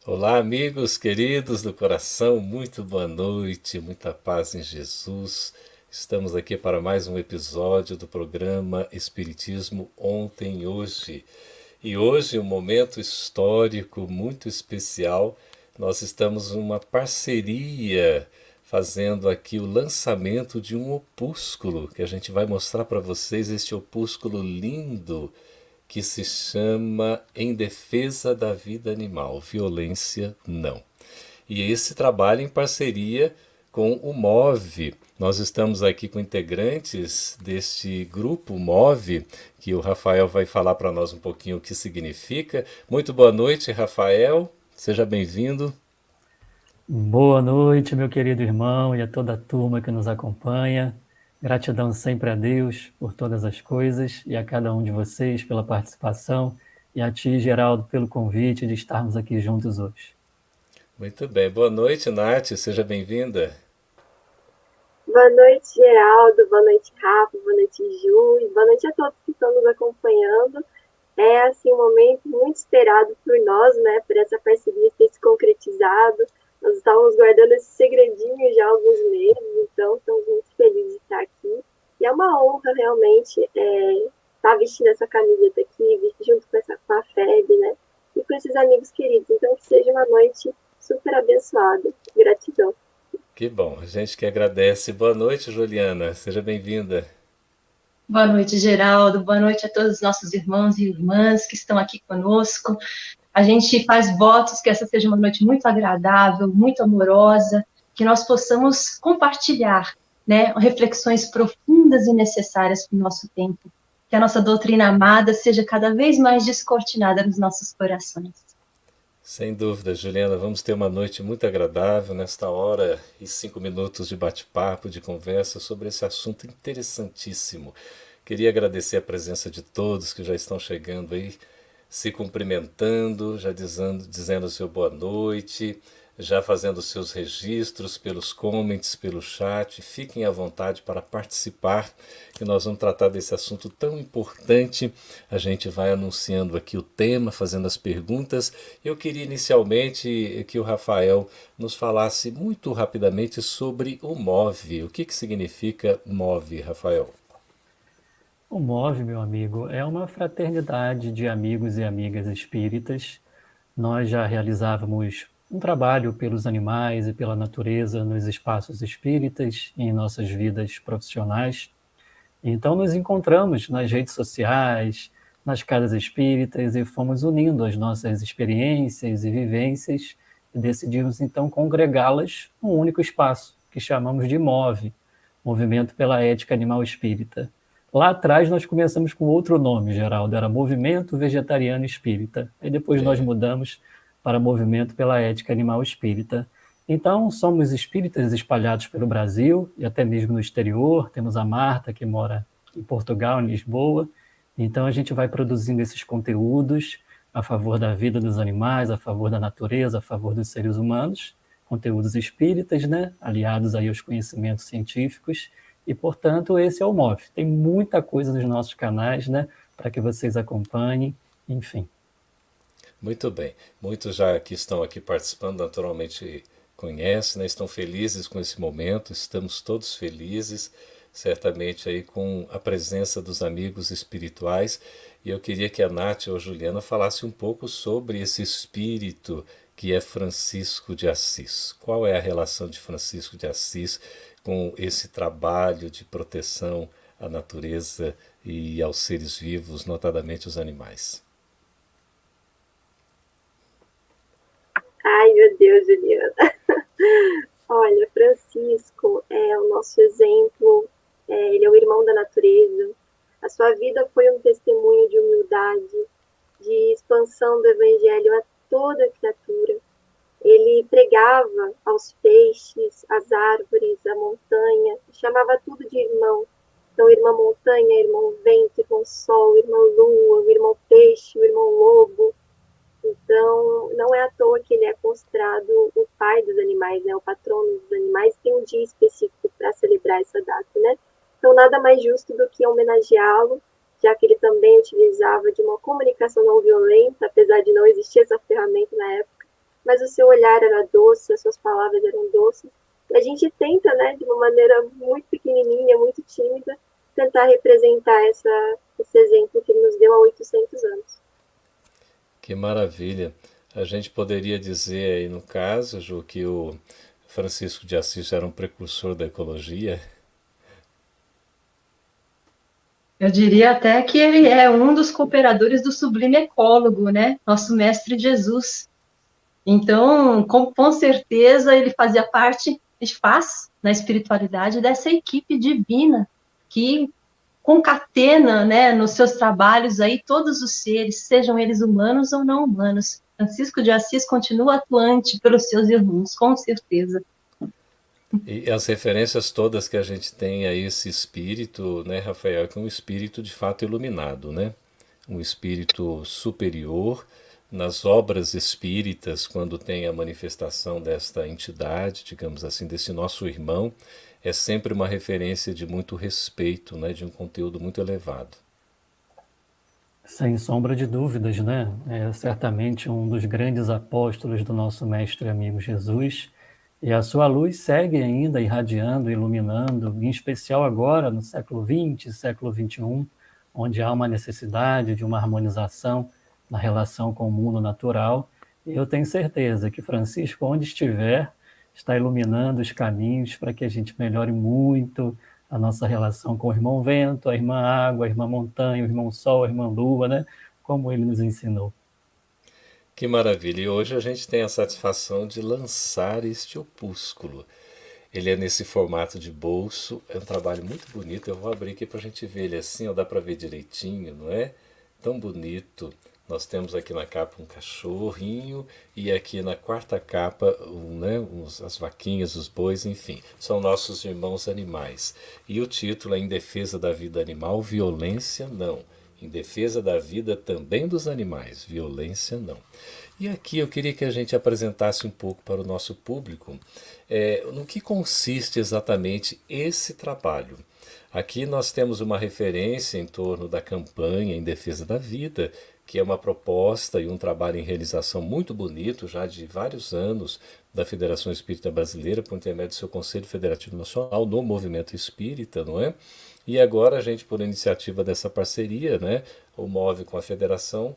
Olá, amigos queridos do coração, muito boa noite, muita paz em Jesus. Estamos aqui para mais um episódio do programa Espiritismo Ontem e Hoje. E hoje, um momento histórico muito especial. Nós estamos numa parceria fazendo aqui o lançamento de um opúsculo que a gente vai mostrar para vocês, este opúsculo lindo que se chama Em Defesa da Vida Animal, Violência Não. E esse trabalho em parceria com o MOVE. Nós estamos aqui com integrantes deste grupo MOVE, que o Rafael vai falar para nós um pouquinho o que significa. Muito boa noite, Rafael. Seja bem-vindo. Boa noite, meu querido irmão, e a toda a turma que nos acompanha. Gratidão sempre a Deus por todas as coisas e a cada um de vocês pela participação e a ti, Geraldo, pelo convite de estarmos aqui juntos hoje. Muito bem. Boa noite, Nath. Seja bem-vinda. Boa noite, Geraldo, boa noite, Rafa, boa noite, Ju, e boa noite a todos que estão nos acompanhando. É, assim, um momento muito esperado por nós, né, por essa parceria ter se concretizado. Nós estávamos guardando esse segredinho já há alguns meses, então estamos muito felizes de estar aqui. E é uma honra, realmente, estar vestindo essa camiseta aqui, junto com a FEB, né, e com esses amigos queridos. Então, que seja uma noite super abençoada. Gratidão. Que bom, a gente que agradece. Boa noite, Juliana. Seja bem-vinda. Boa noite, Geraldo. Boa noite a todos os nossos irmãos e irmãs que estão aqui conosco. A gente faz votos que essa seja uma noite muito agradável, muito amorosa, que nós possamos compartilhar, né, reflexões profundas e necessárias para o nosso tempo. Que a nossa doutrina amada seja cada vez mais descortinada nos nossos corações. Sem dúvida, Juliana, vamos ter uma noite muito agradável nesta hora e 5 minutos de bate-papo, de conversa sobre esse assunto interessantíssimo. Queria agradecer a presença de todos que já estão chegando aí, se cumprimentando, já dizendo o seu boa noite, já fazendo seus registros pelos comments, pelo chat. Fiquem à vontade para participar, que nós vamos tratar desse assunto tão importante. A gente vai anunciando aqui o tema, fazendo as perguntas. Eu queria inicialmente que o Rafael nos falasse muito rapidamente sobre o MOVE. O que significa MOVE, Rafael? O MOVE, meu amigo, é uma fraternidade de amigos e amigas espíritas. Nós já realizávamos um trabalho pelos animais e pela natureza nos espaços espíritas e em nossas vidas profissionais. Então, nos encontramos nas redes sociais, nas casas espíritas e fomos unindo as nossas experiências e vivências e decidimos, então, congregá-las num único espaço, que chamamos de MOVE, Movimento pela Ética Animal Espírita. Lá atrás, nós começamos com outro nome, Geraldo, era Movimento Vegetariano Espírita. Aí depois nós É. mudamos para Movimento pela Ética Animal Espírita. Então, somos espíritas espalhados pelo Brasil e até mesmo no exterior. Temos a Marta, que mora em Portugal, em Lisboa. Então, a gente vai produzindo esses conteúdos a favor da vida dos animais, a favor da natureza, a favor dos seres humanos, conteúdos espíritas, né? Aliados aí aos conhecimentos científicos. E, portanto, esse é o MOV. Tem muita coisa nos nossos canais, né? Para que vocês acompanhem, enfim. Muito bem. Muitos já que estão aqui participando naturalmente conhecem, né? Estão felizes com esse momento, estamos todos felizes, certamente aí com a presença dos amigos espirituais. E eu queria que a Nath ou a Juliana falasse um pouco sobre esse espírito que é Francisco de Assis. Qual é a relação de Francisco de Assis com esse trabalho de proteção à natureza e aos seres vivos, notadamente os animais? Ai, meu Deus, Juliana. Olha, Francisco é o nosso exemplo, ele é o irmão da natureza. A sua vida foi um testemunho de humildade, de expansão do evangelho a toda criatura. Ele pregava aos peixes, às árvores, à montanha, chamava tudo de irmão. Então, irmã montanha, irmão vento, irmão sol, irmão lua, o irmão peixe, o irmão lobo. Então, não é à toa que ele é considerado o pai dos animais, né? O patrono dos animais. Tem um dia específico para celebrar essa data, né? Então, nada mais justo do que homenageá-lo, já que ele também utilizava de uma comunicação não violenta, apesar de não existir essa ferramenta na época, mas o seu olhar era doce, as suas palavras eram doces. E a gente tenta, né, de uma maneira muito pequenininha, muito tímida, tentar representar esse exemplo que ele nos deu há 800 anos. Que maravilha! A gente poderia dizer aí, no caso, Ju, que o Francisco de Assis era um precursor da ecologia. Eu diria até que ele é um dos cooperadores do sublime ecólogo, né? Nosso mestre Jesus. Então, com certeza, ele fazia parte, ele faz, na espiritualidade, dessa equipe divina que concatena, né, nos seus trabalhos aí todos os seres, sejam eles humanos ou não humanos. Francisco de Assis continua atuante pelos seus irmãos, com certeza. E as referências todas que a gente tem a esse espírito, né, Rafael, que é um espírito de fato iluminado, né? Um espírito superior. Nas obras espíritas, quando tem a manifestação desta entidade, digamos assim, desse nosso irmão, é sempre uma referência de muito respeito, né, de um conteúdo muito elevado. Sem sombra de dúvidas, né? É certamente um dos grandes apóstolos do nosso mestre e amigo Jesus, e a sua luz segue ainda irradiando, iluminando, em especial agora, no século XX, século XXI, onde há uma necessidade de uma harmonização na relação com o mundo natural. E eu tenho certeza que Francisco, onde estiver, está iluminando os caminhos para que a gente melhore muito a nossa relação com o irmão vento, a irmã água, a irmã montanha, o irmão sol, a irmã lua, né? Como ele nos ensinou. Que maravilha! E hoje a gente tem a satisfação de lançar este opúsculo. Ele é nesse formato de bolso, é um trabalho muito bonito. Eu vou abrir aqui para a gente ver ele assim, ó, dá para ver direitinho, não é? Tão bonito. Nós temos aqui na capa um cachorrinho e aqui na quarta capa, né, as vaquinhas, os bois, enfim, são nossos irmãos animais. E o título é Em Defesa da Vida Animal, Violência Não. Em defesa da vida também dos animais, violência não. E aqui eu queria que a gente apresentasse um pouco para o nosso público no que consiste exatamente esse trabalho. Aqui nós temos uma referência em torno da campanha em defesa da vida, que é uma proposta e um trabalho em realização muito bonito, já de vários anos, da Federação Espírita Brasileira, por intermédio do seu Conselho Federativo Nacional, no movimento espírita, não é? E agora a gente, por iniciativa dessa parceria, né, o MOVE com a Federação,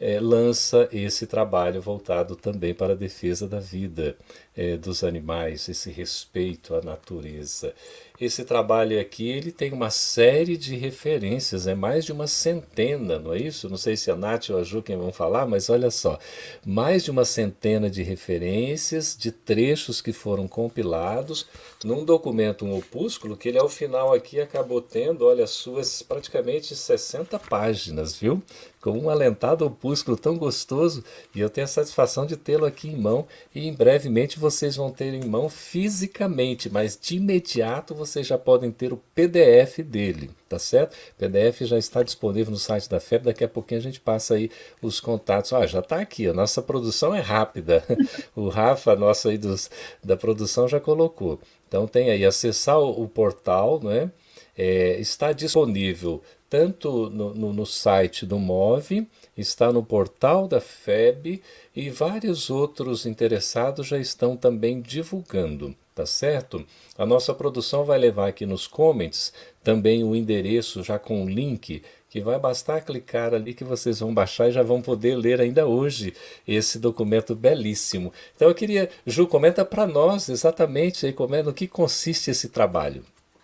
lança esse trabalho voltado também para a defesa da vida dos animais, esse respeito à natureza. Esse trabalho aqui, ele tem uma série de referências, mais de uma centena, não é isso? Não sei se a Nath ou a Ju quem vão falar, mas olha só, mais de uma centena de referências, de trechos que foram compilados num documento, um opúsculo, que ele ao final aqui acabou tendo, olha, suas praticamente 60 páginas, viu? Com um alentado opúsculo tão gostoso, e eu tenho a satisfação de tê-lo aqui em mão, e em brevemente vocês vão ter em mão fisicamente, mas de imediato vocês já podem ter o PDF dele, tá certo? O PDF já está disponível no site da FEB, daqui a pouquinho a gente passa aí os contatos. Já está aqui, a nossa produção é rápida, o Rafa, nosso aí da produção, já colocou. Então tem aí, acessar o portal, né? Está disponível tanto no site do MOVE, está no portal da FEB e vários outros interessados já estão também divulgando, tá certo? A nossa produção vai levar aqui nos comments também o endereço já com o link, que vai bastar clicar ali que vocês vão baixar e já vão poder ler ainda hoje esse documento belíssimo. Então eu queria, Ju, comenta para nós exatamente aí no que consiste esse trabalho.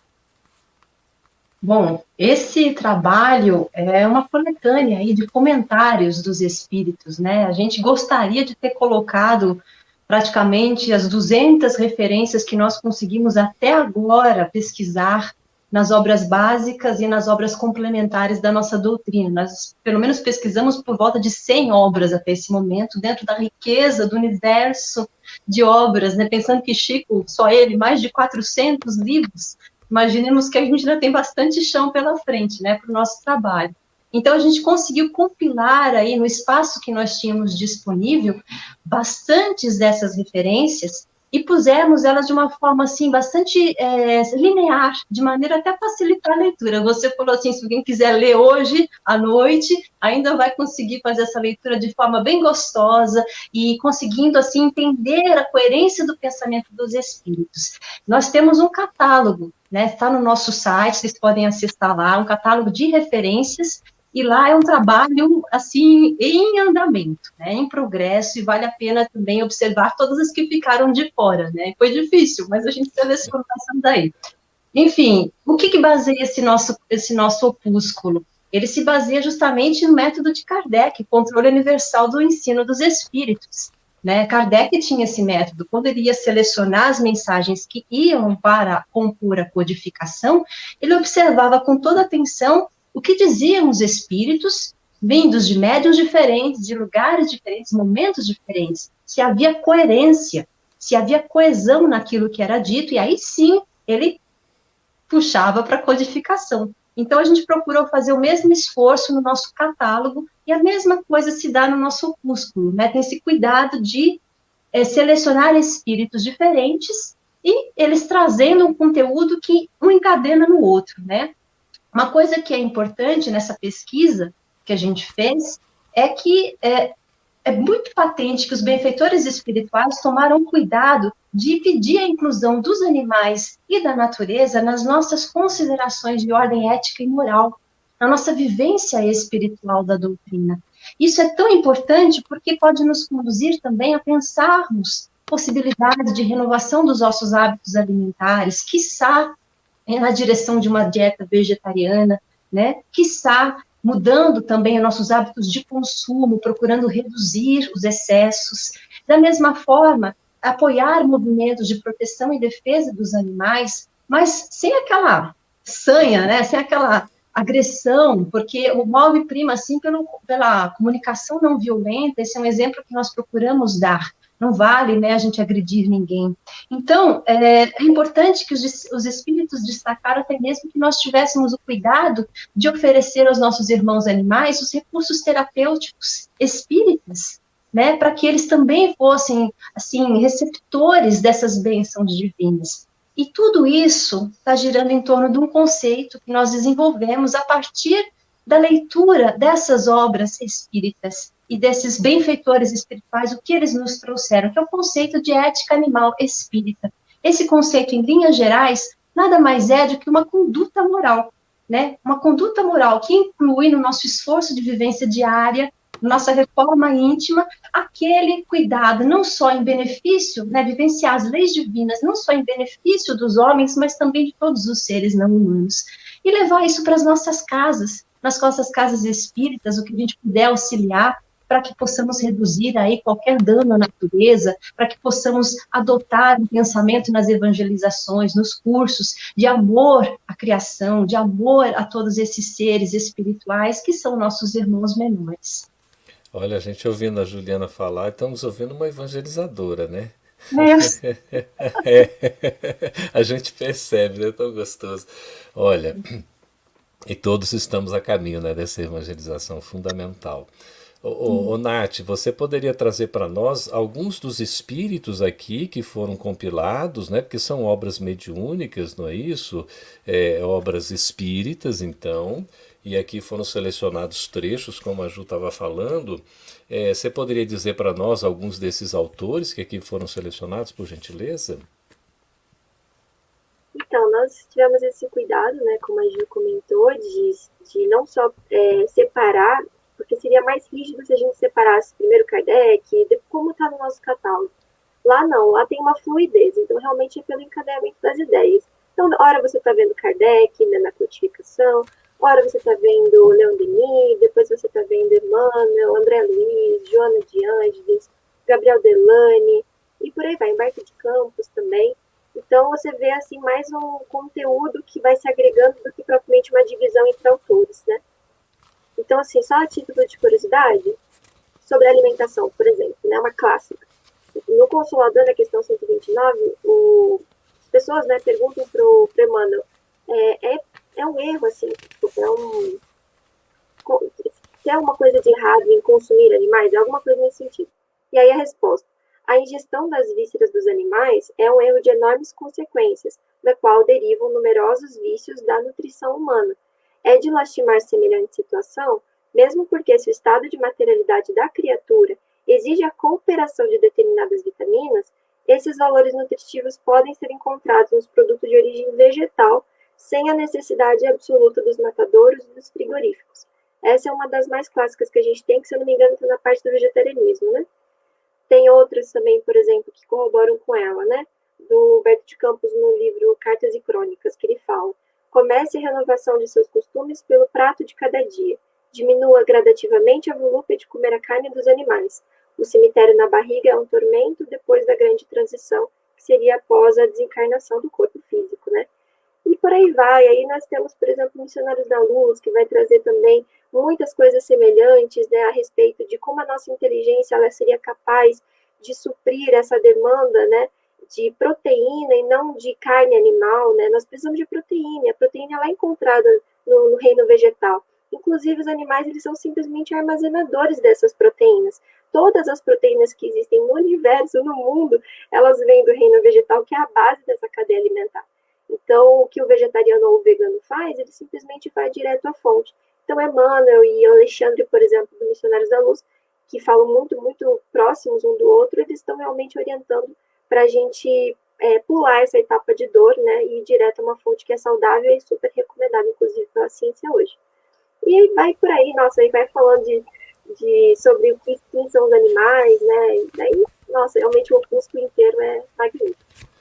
Bom, esse trabalho é uma coletânea aí de comentários dos espíritos, né? A gente gostaria de ter colocado praticamente as 200 referências que nós conseguimos até agora pesquisar nas obras básicas e nas obras complementares da nossa doutrina. Nós, pelo menos, pesquisamos por volta de 100 obras até esse momento, dentro da riqueza do universo de obras, né? Pensando que Chico, só ele, mais de 400 livros. Imaginemos que a gente ainda tem bastante chão pela frente, né, para o nosso trabalho. Então, a gente conseguiu compilar aí, no espaço que nós tínhamos disponível, bastantes dessas referências, e pusemos elas de uma forma, assim, bastante linear, de maneira até a facilitar a leitura. Você falou assim, se alguém quiser ler hoje, à noite, ainda vai conseguir fazer essa leitura de forma bem gostosa e conseguindo, assim, entender a coerência do pensamento dos espíritos. Nós temos um catálogo, né? Está no nosso site, vocês podem acessar lá, um catálogo de referências, e lá é um trabalho, assim, em andamento, né, em progresso, e vale a pena também observar todas as que ficaram de fora, né? Foi difícil, mas a gente selecionou passando daí. Enfim, o que baseia esse nosso opúsculo? Ele se baseia justamente no método de Kardec, controle universal do ensino dos espíritos, né? Kardec tinha esse método. Quando ele ia selecionar as mensagens que iam para compor a codificação, ele observava com toda atenção o que diziam os espíritos, vindos de médiuns diferentes, de lugares diferentes, momentos diferentes, se havia coerência, se havia coesão naquilo que era dito, e aí sim ele puxava para a codificação. Então a gente procurou fazer o mesmo esforço no nosso catálogo, e a mesma coisa se dá no nosso opúsculo, né? Tem esse cuidado de selecionar espíritos diferentes, e eles trazendo um conteúdo que um encadena no outro, né? Uma coisa que é importante nessa pesquisa que a gente fez é que é muito patente que os benfeitores espirituais tomaram cuidado de pedir a inclusão dos animais e da natureza nas nossas considerações de ordem ética e moral, na nossa vivência espiritual da doutrina. Isso é tão importante porque pode nos conduzir também a pensarmos possibilidades de renovação dos nossos hábitos alimentares, quiçá na direção de uma dieta vegetariana, né? Quiçá mudando também os nossos hábitos de consumo, procurando reduzir os excessos. Da mesma forma, apoiar movimentos de proteção e defesa dos animais, mas sem aquela sanha, né? Sem aquela agressão, porque o mal prima, assim, pela comunicação não violenta. Esse é um exemplo que nós procuramos dar. Não vale, né, a gente agredir ninguém. Então, é importante que os espíritos destacaram até mesmo que nós tivéssemos o cuidado de oferecer aos nossos irmãos animais os recursos terapêuticos espíritas, né, para que eles também fossem, assim, receptores dessas bênçãos divinas. E tudo isso está girando em torno de um conceito que nós desenvolvemos a partir da leitura dessas obras espíritas e desses benfeitores espirituais, o que eles nos trouxeram, que é o conceito de ética animal espírita. Esse conceito, em linhas gerais, nada mais é do que uma conduta moral, né? Uma conduta moral que inclui no nosso esforço de vivência diária, nossa reforma íntima, aquele cuidado não só em benefício, né, vivenciar as leis divinas, não só em benefício dos homens, mas também de todos os seres não humanos. E levar isso para as nossas casas, nas nossas casas espíritas, o que a gente puder auxiliar, para que possamos reduzir aí qualquer dano à natureza, para que possamos adotar um pensamento nas evangelizações, nos cursos de amor à criação, de amor a todos esses seres espirituais que são nossos irmãos menores. Olha, a gente ouvindo a Juliana falar, estamos ouvindo uma evangelizadora, né? A gente percebe, né? Tão gostoso. Olha, e todos estamos a caminho, né, dessa evangelização fundamental. Ô, Nath, você poderia trazer para nós alguns dos espíritos aqui que foram compilados, né? Porque são obras mediúnicas, não é isso? Obras espíritas, então, e aqui foram selecionados trechos, como a Ju estava falando. Você poderia dizer para nós alguns desses autores que aqui foram selecionados, por gentileza? Então, nós tivemos esse cuidado, né, como a Ju comentou, de não só separar, porque seria mais rígido se a gente separasse primeiro Kardec, como está no nosso catálogo. Lá não, lá tem uma fluidez, então realmente é pelo encadeamento das ideias. Então, hora você está vendo Kardec, né, na codificação, hora você está vendo Leon Denis, depois você está vendo Emmanuel, André Luiz, Joana de Ângeles, Gabriel Delane, e por aí vai, Humberto de Campos também. Então, você vê, assim, mais um conteúdo que vai se agregando do que propriamente uma divisão entre autores, né? Então, assim, só a título de curiosidade, sobre a alimentação, por exemplo, né, uma clássica. No Consolador, na questão 129, as pessoas, né, perguntam para o Emmanuel, é um erro, assim, se é uma coisa de errado em consumir animais, é alguma coisa nesse sentido. E aí a resposta, A ingestão das vísceras dos animais é um erro de enormes consequências, da qual derivam numerosos vícios da nutrição humana. É de lastimar semelhante situação, mesmo porque se o estado de materialidade da criatura exige a cooperação de determinadas vitaminas, esses valores nutritivos podem ser encontrados nos produtos de origem vegetal, sem a necessidade absoluta dos matadouros e dos frigoríficos. Essa é uma das mais clássicas que a gente tem, que, se eu não me engano, está na parte do vegetarianismo, né? Tem outras também, por exemplo, que corroboram com ela, né? Do Humberto de Campos, no livro Cartas e Crônicas, que ele fala: comece a renovação de seus costumes pelo prato de cada dia. Diminua gradativamente a volúpia de comer a carne dos animais. O cemitério na barriga é um tormento depois da grande transição, que seria após a desencarnação do corpo físico, né? E por aí vai. Aí nós temos, por exemplo, Missionários da Luz, que vai trazer também muitas coisas semelhantes, né, a respeito de como a nossa inteligência ela seria capaz de suprir essa demanda, né, de proteína e não de carne animal, né? Nós precisamos de proteína. A proteína ela é encontrada no reino vegetal. Inclusive, os animais eles são simplesmente armazenadores dessas proteínas. Todas as proteínas que existem no universo, no mundo, elas vêm do reino vegetal, que é a base dessa cadeia alimentar. Então, o que o vegetariano ou o vegano faz, ele simplesmente vai direto à fonte. Então, Emmanuel e Alexandre, por exemplo, do Missionários da Luz, que falam muito, muito próximos um do outro, eles estão realmente orientando para a gente pular essa etapa de dor, né, e ir direto a uma fonte que é saudável e super recomendada, inclusive, pela ciência hoje. E aí vai por aí, nossa, aí vai falando sobre o que são os animais, né, e daí, nossa, realmente o opúsculo inteiro é magnífico.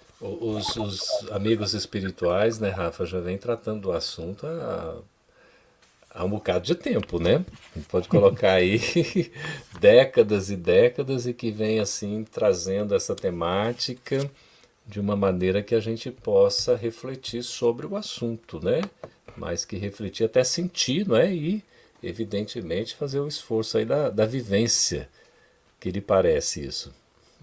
Os amigos espirituais, né, Rafa, já vem tratando do assunto há um bocado de tempo, né? A gente pode colocar aí décadas e décadas e que vem assim trazendo essa temática de uma maneira que a gente possa refletir sobre o assunto, né? Mais que refletir, até sentir, não é? E, evidentemente, fazer o esforço aí da vivência. Que lhe parece isso?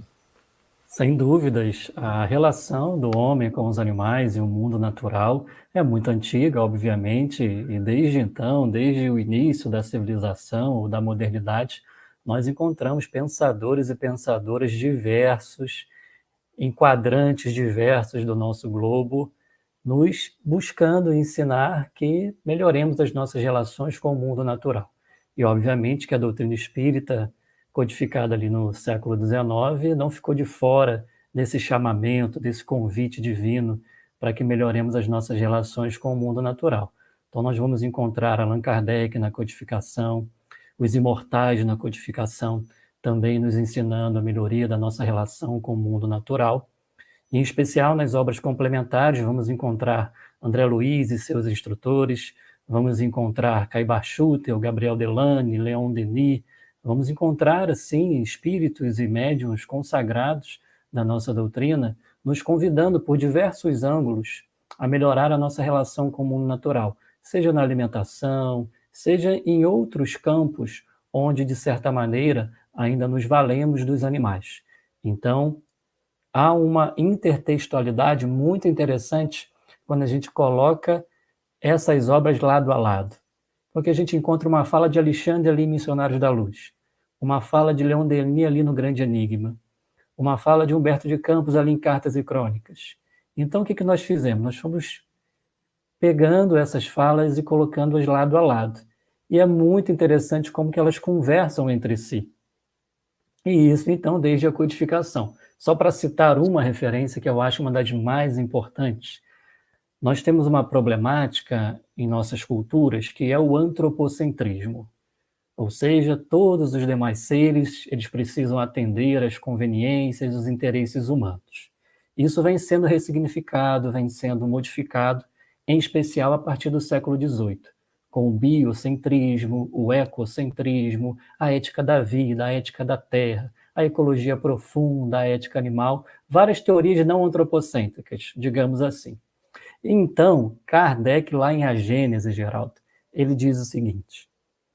Sem dúvidas, a relação do homem com os animais e o mundo natural é muito antiga, obviamente, e desde então, desde o início da civilização ou da modernidade, nós encontramos pensadores e pensadoras diversos, em quadrantes diversos do nosso globo, nos buscando ensinar que melhoremos as nossas relações com o mundo natural. E, obviamente, que a doutrina espírita, codificada ali no século XIX, não ficou de fora desse chamamento, desse convite divino para que melhoremos as nossas relações com o mundo natural. Então, nós vamos encontrar Allan Kardec na codificação, os imortais na codificação, também nos ensinando a melhoria da nossa relação com o mundo natural. Em especial, nas obras complementares, vamos encontrar André Luiz e seus instrutores, vamos encontrar Caibar Schutel, Gabriel Delane, Leon Denis, vamos encontrar, assim, espíritos e médiuns consagrados da nossa doutrina, nos convidando por diversos ângulos a melhorar a nossa relação com o mundo natural, seja na alimentação, seja em outros campos onde, de certa maneira, ainda nos valemos dos animais. Então, há uma intertextualidade muito interessante quando a gente coloca essas obras lado a lado. Porque a gente encontra uma fala de Alexandre ali em Missionários da Luz, uma fala de Leon Denis ali no Grande Enigma, uma fala de Humberto de Campos ali em Cartas e Crônicas. Então, o que nós fizemos? Nós fomos pegando essas falas e colocando-as lado a lado. E é muito interessante como que elas conversam entre si. E isso, então, desde a codificação. Só para citar uma referência que eu acho uma das mais importantes, nós temos uma problemática em nossas culturas que é o antropocentrismo. Ou seja, todos os demais seres, eles precisam atender às conveniências, os interesses humanos. Isso vem sendo ressignificado, vem sendo modificado, em especial a partir do século XVIII, com o biocentrismo, o ecocentrismo, a ética da vida, a ética da terra, a ecologia profunda, a ética animal, várias teorias não antropocêntricas, digamos assim. Então, Kardec, lá em A Gênese, Geraldo, ele diz o seguinte: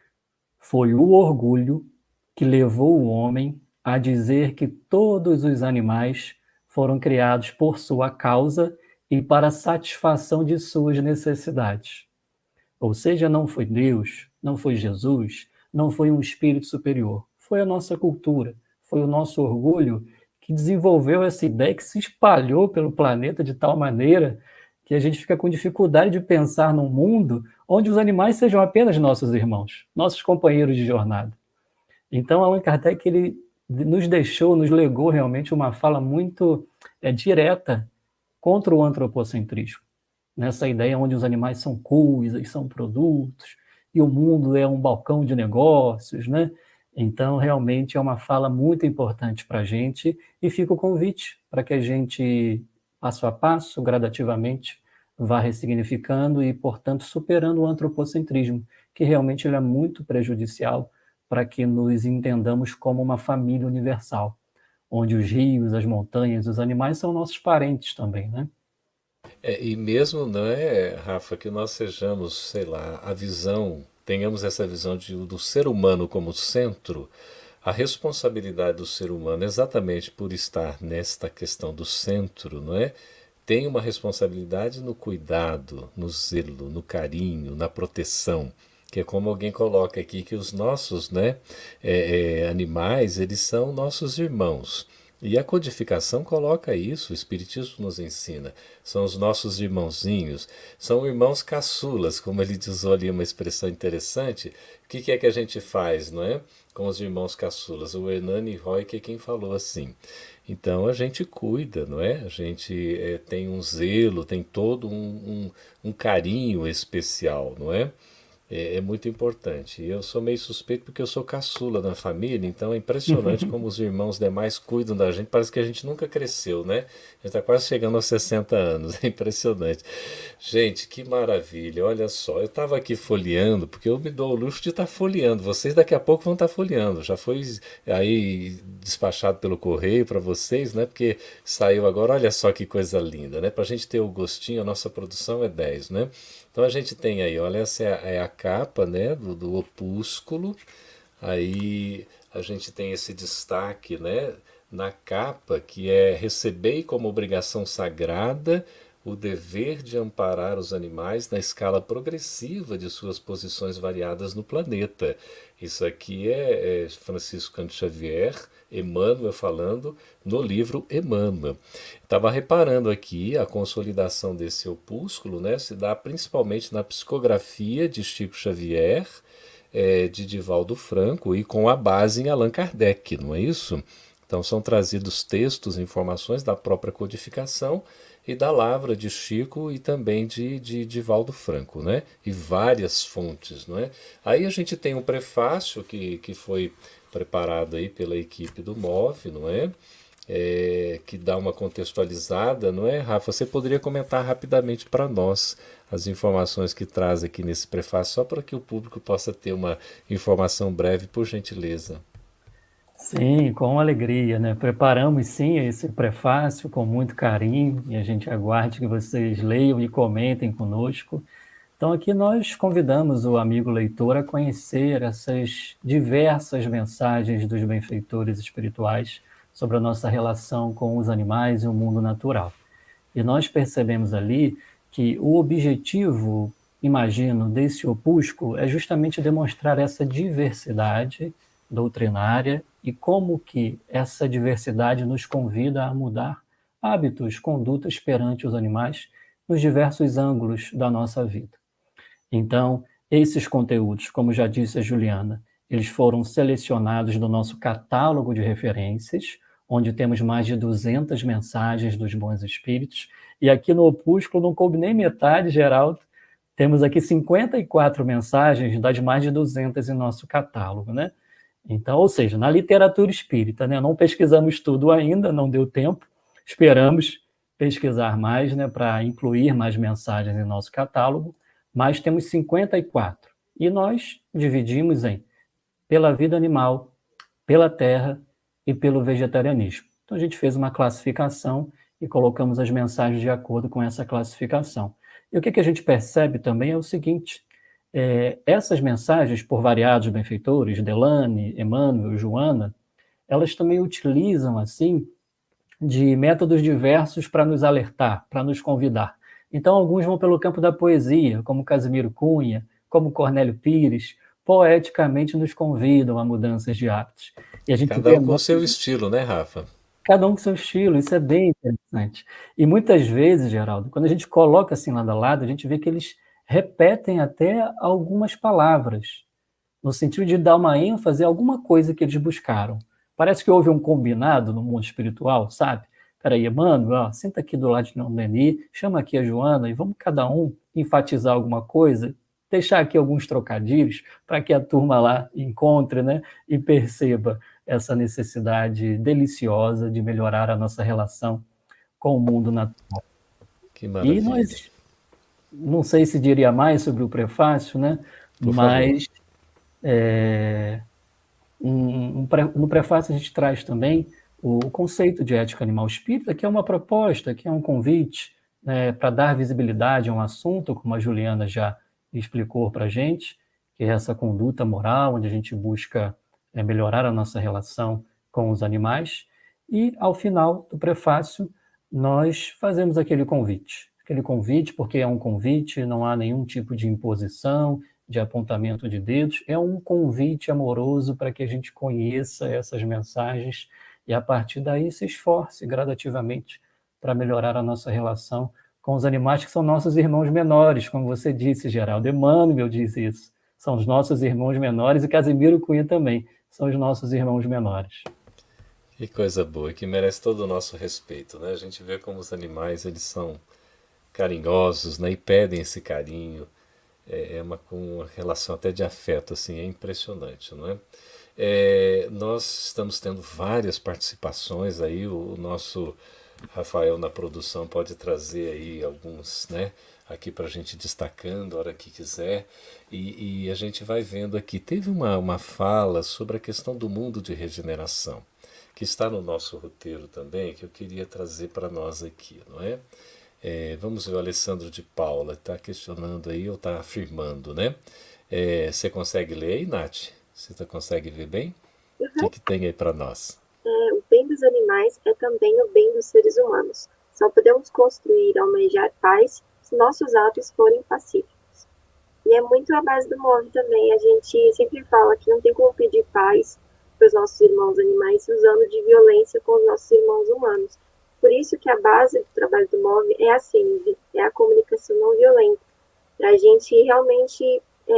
foi o orgulho que levou o homem a dizer que todos os animais foram criados por sua causa e para a satisfação de suas necessidades. Ou seja, não foi Deus, não foi Jesus, não foi um espírito superior, foi a nossa cultura, foi o nosso orgulho que desenvolveu essa ideia, que se espalhou pelo planeta de tal maneira que a gente fica com dificuldade de pensar num mundo onde os animais sejam apenas nossos irmãos, nossos companheiros de jornada. Então, Allan Kardec, ele nos deixou, nos legou realmente uma fala muito direta contra o antropocentrismo. Nessa ideia onde os animais são coisas, são produtos, e o mundo é um balcão de negócios, né? Então, realmente é uma fala muito importante para a gente, e fica o convite para que a gente, passo a passo, gradativamente, vá ressignificando e, portanto, superando o antropocentrismo, que realmente ele é muito prejudicial para que nos entendamos como uma família universal, onde os rios, as montanhas, os animais são nossos parentes também, né? E mesmo, não é, Rafa, que nós sejamos, sei lá, tenhamos essa visão do ser humano como centro, a responsabilidade do ser humano, exatamente por estar nesta questão do centro, não é? Tem uma responsabilidade no cuidado, no zelo, no carinho, na proteção, que é como alguém coloca aqui que os nossos, né, animais, eles são nossos irmãos. E a codificação coloca isso, o Espiritismo nos ensina. São os nossos irmãozinhos, são irmãos caçulas, como ele diz ali uma expressão interessante. O que é que a gente faz, não é? Com os irmãos caçulas. O Hernani Roy que é quem falou assim. Então a gente cuida, não é? A gente tem um zelo, tem todo um carinho especial, não é? É muito importante. E eu sou meio suspeito porque eu sou caçula na família, então é impressionante como os irmãos demais cuidam da gente. Parece que a gente nunca cresceu, né? A gente está quase chegando aos 60 anos, é impressionante. Gente, que maravilha, olha só. Eu estava aqui folheando, porque eu me dou o luxo de estar folheando. Vocês daqui a pouco vão estar folheando. Já foi aí despachado pelo correio para vocês, né? Porque saiu agora, olha só que coisa linda, né? Para a gente ter o gostinho, a nossa produção é 10, né? Então a gente tem aí, olha, essa é a capa, né, do opúsculo. Aí a gente tem esse destaque, né, na capa, que é recebei como obrigação sagrada o dever de amparar os animais na escala progressiva de suas posições variadas no planeta. Isso aqui é Francisco Cândido Xavier, Emmanuel falando no livro Emmanuel. Estava reparando aqui a consolidação desse opúsculo, né, se dá principalmente na psicografia de Chico Xavier, de Divaldo Franco e com a base em Allan Kardec, não é isso? Então são trazidos textos, informações da própria codificação e da lavra de Chico e também de Divaldo Franco, né? E várias fontes, não é? Aí a gente tem um prefácio que foi preparado aí pela equipe do MOV, não é? Que dá uma contextualizada, não é, Rafa? Você poderia comentar rapidamente para nós as informações que traz aqui nesse prefácio, só para que o público possa ter uma informação breve, por gentileza. Sim, com alegria, né? Preparamos sim esse prefácio com muito carinho e a gente aguarde que vocês leiam e comentem conosco. Então aqui nós convidamos o amigo leitor a conhecer essas diversas mensagens dos benfeitores espirituais sobre a nossa relação com os animais e o mundo natural. E nós percebemos ali que o objetivo, imagino, desse opúsculo é justamente demonstrar essa diversidade doutrinária e como que essa diversidade nos convida a mudar hábitos, condutas perante os animais nos diversos ângulos da nossa vida. Então, esses conteúdos, como já disse a Juliana, eles foram selecionados do nosso catálogo de referências, onde temos mais de 200 mensagens dos bons espíritos, e aqui no opúsculo não coube nem metade, Geraldo, temos aqui 54 mensagens das mais de 200 em nosso catálogo, né? Então, ou seja, na literatura espírita, né? Não pesquisamos tudo ainda, não deu tempo, esperamos pesquisar mais, né, para incluir mais mensagens em nosso catálogo, mas temos 54. E nós dividimos em pela vida animal, pela terra e pelo vegetarianismo. Então a gente fez uma classificação e colocamos as mensagens de acordo com essa classificação. E o que a gente percebe também é o seguinte, essas mensagens, por variados benfeitores, Delane, Emmanuel, Joana, elas também utilizam, assim, de métodos diversos para nos alertar, para nos convidar. Então, alguns vão pelo campo da poesia, como Casimiro Cunha, como Cornélio Pires, poeticamente nos convidam a mudanças de hábitos. E a gente Cada um com o seu estilo, né, Rafa? Cada um com seu estilo, isso é bem interessante. E muitas vezes, Geraldo, quando a gente coloca assim lado a lado, a gente vê que eles repetem até algumas palavras, no sentido de dar uma ênfase a alguma coisa que eles buscaram. Parece que houve um combinado no mundo espiritual, sabe? Peraí, mano, ó, senta aqui do lado de Neni, chama aqui a Joana e vamos cada um enfatizar alguma coisa, deixar aqui alguns trocadilhos para que a turma lá encontre, né, e perceba essa necessidade deliciosa de melhorar a nossa relação com o mundo natural. Que maravilha. E nós, não sei se diria mais sobre o prefácio, né? Mas no prefácio a gente traz também o conceito de ética animal espírita, que é uma proposta, que é um convite, né, para dar visibilidade a um assunto, como a Juliana já explicou para a gente, que é essa conduta moral, onde a gente busca melhorar a nossa relação com os animais. E, ao final do prefácio, nós fazemos aquele convite, porque é um convite, não há nenhum tipo de imposição, de apontamento de dedos, é um convite amoroso para que a gente conheça essas mensagens e, a partir daí, se esforce gradativamente para melhorar a nossa relação com os animais que são nossos irmãos menores, como você disse, Geraldo. Emmanuel diz isso. São os nossos irmãos menores, e Casimiro Cunha também, são os nossos irmãos menores. Que coisa boa, que merece todo o nosso respeito, né? A gente vê como os animais, eles são carinhosos, né? E pedem esse carinho. É uma relação até de afeto, assim, é impressionante, não é? Nós estamos tendo várias participações aí, o nosso Rafael na produção pode trazer aí alguns, né, aqui para a gente destacando a hora que quiser, e a gente vai vendo aqui. Teve uma fala sobre a questão do mundo de regeneração, que está no nosso roteiro também, que eu queria trazer para nós aqui, não é? Vamos ver, o Alessandro de Paula está questionando aí, ou está afirmando, né? Você consegue ler aí, Nath? Você consegue ver bem? Uhum. O que tem aí para nós? O bem dos animais é também o bem dos seres humanos. Só podemos construir e almejar paz se nossos atos forem pacíficos. E é muito a base do MOVE também. A gente sempre fala que não tem como pedir paz para os nossos irmãos animais usando de violência com os nossos irmãos humanos. Por isso que a base do trabalho do MOVE é a CIMV, é a comunicação não violenta, para a gente realmente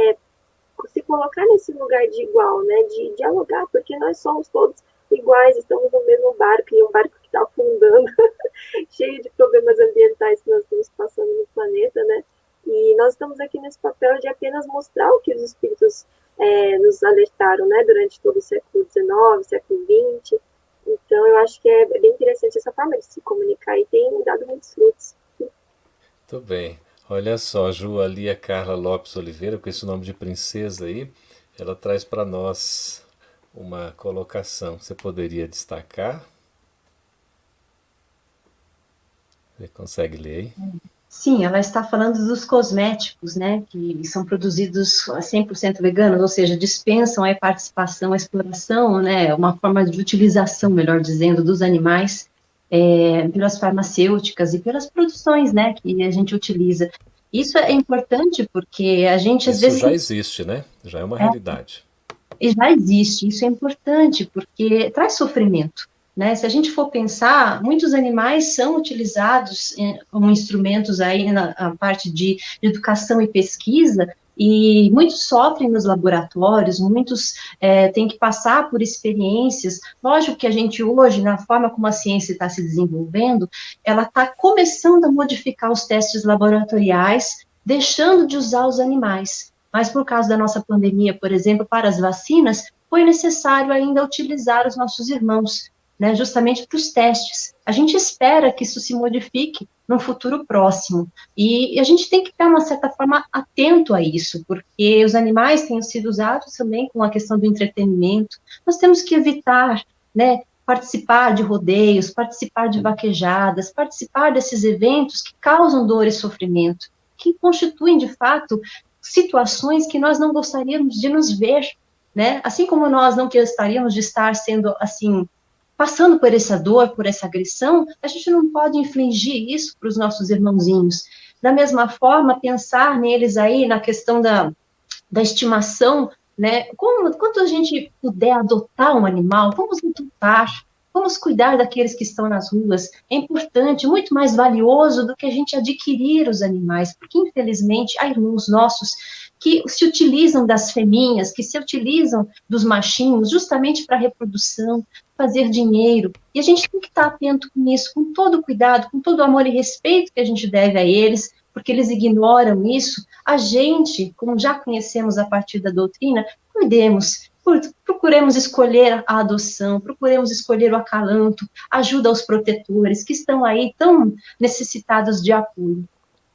se colocar nesse lugar de igual, né, de dialogar, porque nós somos todos iguais, estamos no mesmo barco, e um barco que está afundando, cheio de problemas ambientais que nós estamos passando no planeta, né, e nós estamos aqui nesse papel de apenas mostrar o que os espíritos nos alertaram, né, durante todo o século XIX, século XX. Então, eu acho que é bem interessante essa forma de se comunicar e tem dado muitos frutos. Muito bem. Olha só, Ju, ali a Carla Lopes Oliveira, com esse nome de princesa aí, ela traz para nós uma colocação. Você poderia destacar? Você consegue ler aí? Sim, ela está falando dos cosméticos, né, que são produzidos 100% veganos, ou seja, dispensam a participação, a exploração, né, uma forma de utilização, melhor dizendo, dos animais pelas farmacêuticas e pelas produções, né, que a gente utiliza. Isso é importante porque a gente, às vezes... Isso já existe, né? Já é uma realidade. E já existe, isso é importante porque traz sofrimento. Né? Se a gente for pensar, muitos animais são utilizados como instrumentos aí na parte de educação e pesquisa, e muitos sofrem nos laboratórios, muitos têm que passar por experiências. Lógico que a gente hoje, na forma como a ciência está se desenvolvendo, ela está começando a modificar os testes laboratoriais, deixando de usar os animais. Mas por causa da nossa pandemia, por exemplo, para as vacinas, foi necessário ainda utilizar os nossos irmãos, né, justamente para os testes. A gente espera que isso se modifique no futuro próximo, e a gente tem que estar, de uma certa forma, atento a isso, porque os animais têm sido usados também com a questão do entretenimento. Nós temos que evitar, né, participar de rodeios, participar de vaquejadas, participar desses eventos que causam dor e sofrimento, que constituem, de fato, situações que nós não gostaríamos de nos ver, né, assim como nós não gostaríamos de estar sendo, assim, passando por essa dor, por essa agressão, a gente não pode infligir isso para os nossos irmãozinhos. Da mesma forma, pensar neles aí na questão da estimação, né? Quando a gente puder adotar um animal, vamos adotar, Vamos cuidar daqueles que estão nas ruas. É importante, muito mais valioso do que a gente adquirir os animais, porque infelizmente há irmãos nossos que se utilizam das fêmeas, que se utilizam dos machinhos justamente para reprodução, fazer dinheiro. E a gente tem que estar atento com isso, com todo cuidado, com todo o amor e respeito que a gente deve a eles, porque eles ignoram isso. A gente, como já conhecemos a partir da doutrina, cuidemos, procuremos escolher a adoção, procuremos escolher o acalanto, ajuda aos protetores que estão aí tão necessitados de apoio.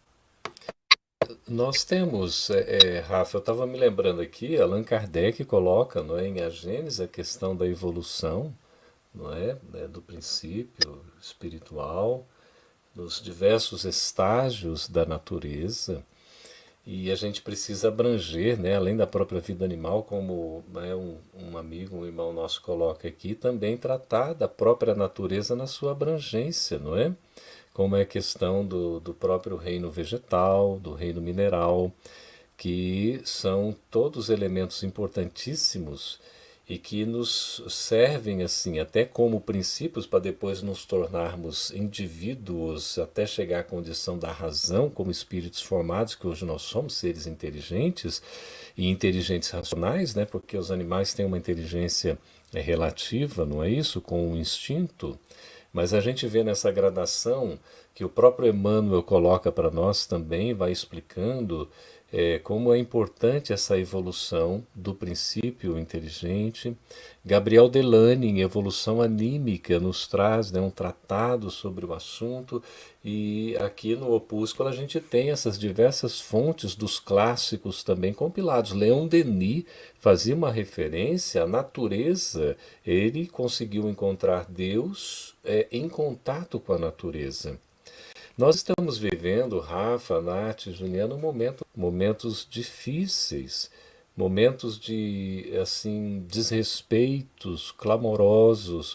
Nós temos, Rafa, eu estava me lembrando aqui, Allan Kardec coloca, não é, em A Gênese a questão da evolução, não é, do princípio espiritual, dos diversos estágios da natureza, e a gente precisa abranger, né, além da própria vida animal, como, né, um amigo, um irmão nosso coloca aqui, também tratar da própria natureza na sua abrangência, não é? Como é a questão do próprio reino vegetal, do reino mineral, que são todos elementos importantíssimos e que nos servem assim até como princípios para depois nos tornarmos indivíduos até chegar à condição da razão como espíritos formados, que hoje nós somos seres inteligentes e inteligentes racionais, né? Porque os animais têm uma inteligência relativa, não é isso? Com o instinto. Mas a gente vê nessa gradação que o próprio Emmanuel coloca para nós também, vai explicando como é importante essa evolução do princípio inteligente. Gabriel Delany, em Evolução Anímica, nos traz, né, um tratado sobre o assunto, e aqui no Opúsculo a gente tem essas diversas fontes dos clássicos também compilados. Leon Denis fazia uma referência à natureza, ele conseguiu encontrar Deus em contato com a natureza. Nós estamos vivendo, Rafa, Nath, Juliana, momentos difíceis, momentos de assim desrespeitos clamorosos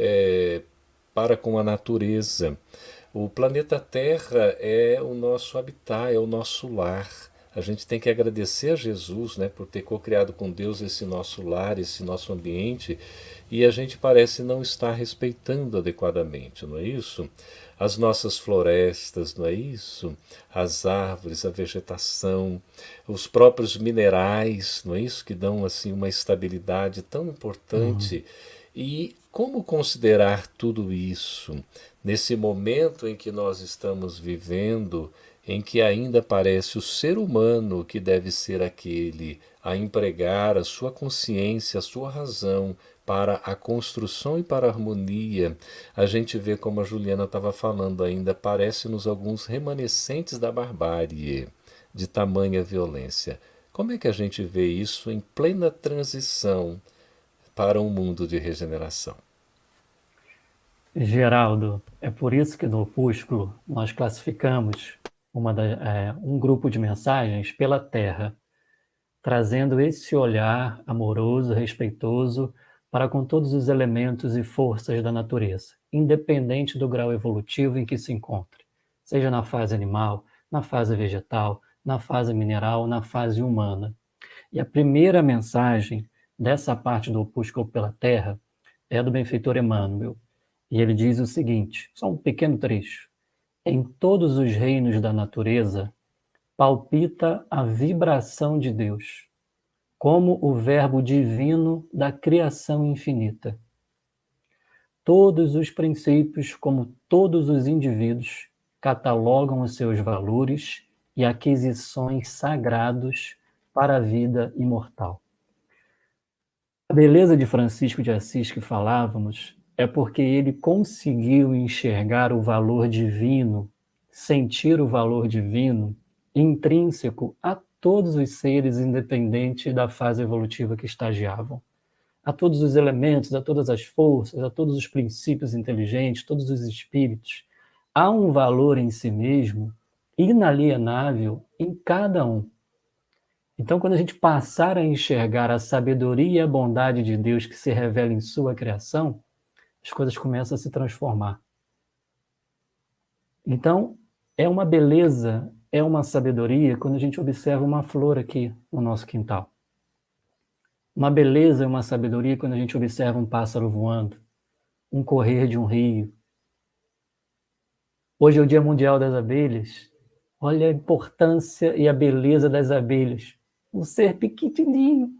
para com a natureza. O planeta Terra é o nosso habitat, é o nosso lar. A gente tem que agradecer a Jesus, né, por ter co-criado com Deus esse nosso lar, esse nosso ambiente, e a gente parece não estar respeitando adequadamente, não é isso? As nossas florestas, não é isso? As árvores, a vegetação, os próprios minerais, não é isso? Que dão assim uma estabilidade tão importante. E como considerar tudo isso nesse momento em que nós estamos vivendo, em que ainda parece o ser humano que deve ser aquele a empregar a sua consciência, a sua razão para a construção e para a harmonia. A gente vê, como a Juliana estava falando ainda, parece-nos alguns remanescentes da barbárie, de tamanha violência. Como é que a gente vê isso em plena transição para um mundo de regeneração? Geraldo, é por isso que no Opúsculo nós classificamos um grupo de mensagens pela Terra, trazendo esse olhar amoroso, respeitoso para com todos os elementos e forças da natureza, independente do grau evolutivo em que se encontre, seja na fase animal, na fase vegetal, na fase mineral, na fase humana. E a primeira mensagem dessa parte do Opúsculo pela Terra é do benfeitor Emmanuel, e ele diz o seguinte, só um pequeno trecho: em todos os reinos da natureza palpita a vibração de Deus, como o verbo divino da criação infinita. Todos os princípios, como todos os indivíduos, catalogam os seus valores e aquisições sagrados para a vida imortal. A beleza de Francisco de Assis que falávamos é porque ele conseguiu enxergar o valor divino, sentir o valor divino intrínseco a todos os seres, independente da fase evolutiva que estagiavam. A todos os elementos, a todas as forças, a todos os princípios inteligentes, todos os espíritos. Há um valor em si mesmo, inalienável, em cada um. Então, quando a gente passar a enxergar a sabedoria e a bondade de Deus que se revela em sua criação, as coisas começam a se transformar. Então, é uma beleza, é uma sabedoria quando a gente observa uma flor aqui no nosso quintal. Uma beleza e uma sabedoria quando a gente observa um pássaro voando. um correr de um rio. Hoje é o Dia Mundial das Abelhas. Olha a importância e a beleza das abelhas. Um ser pequenininho.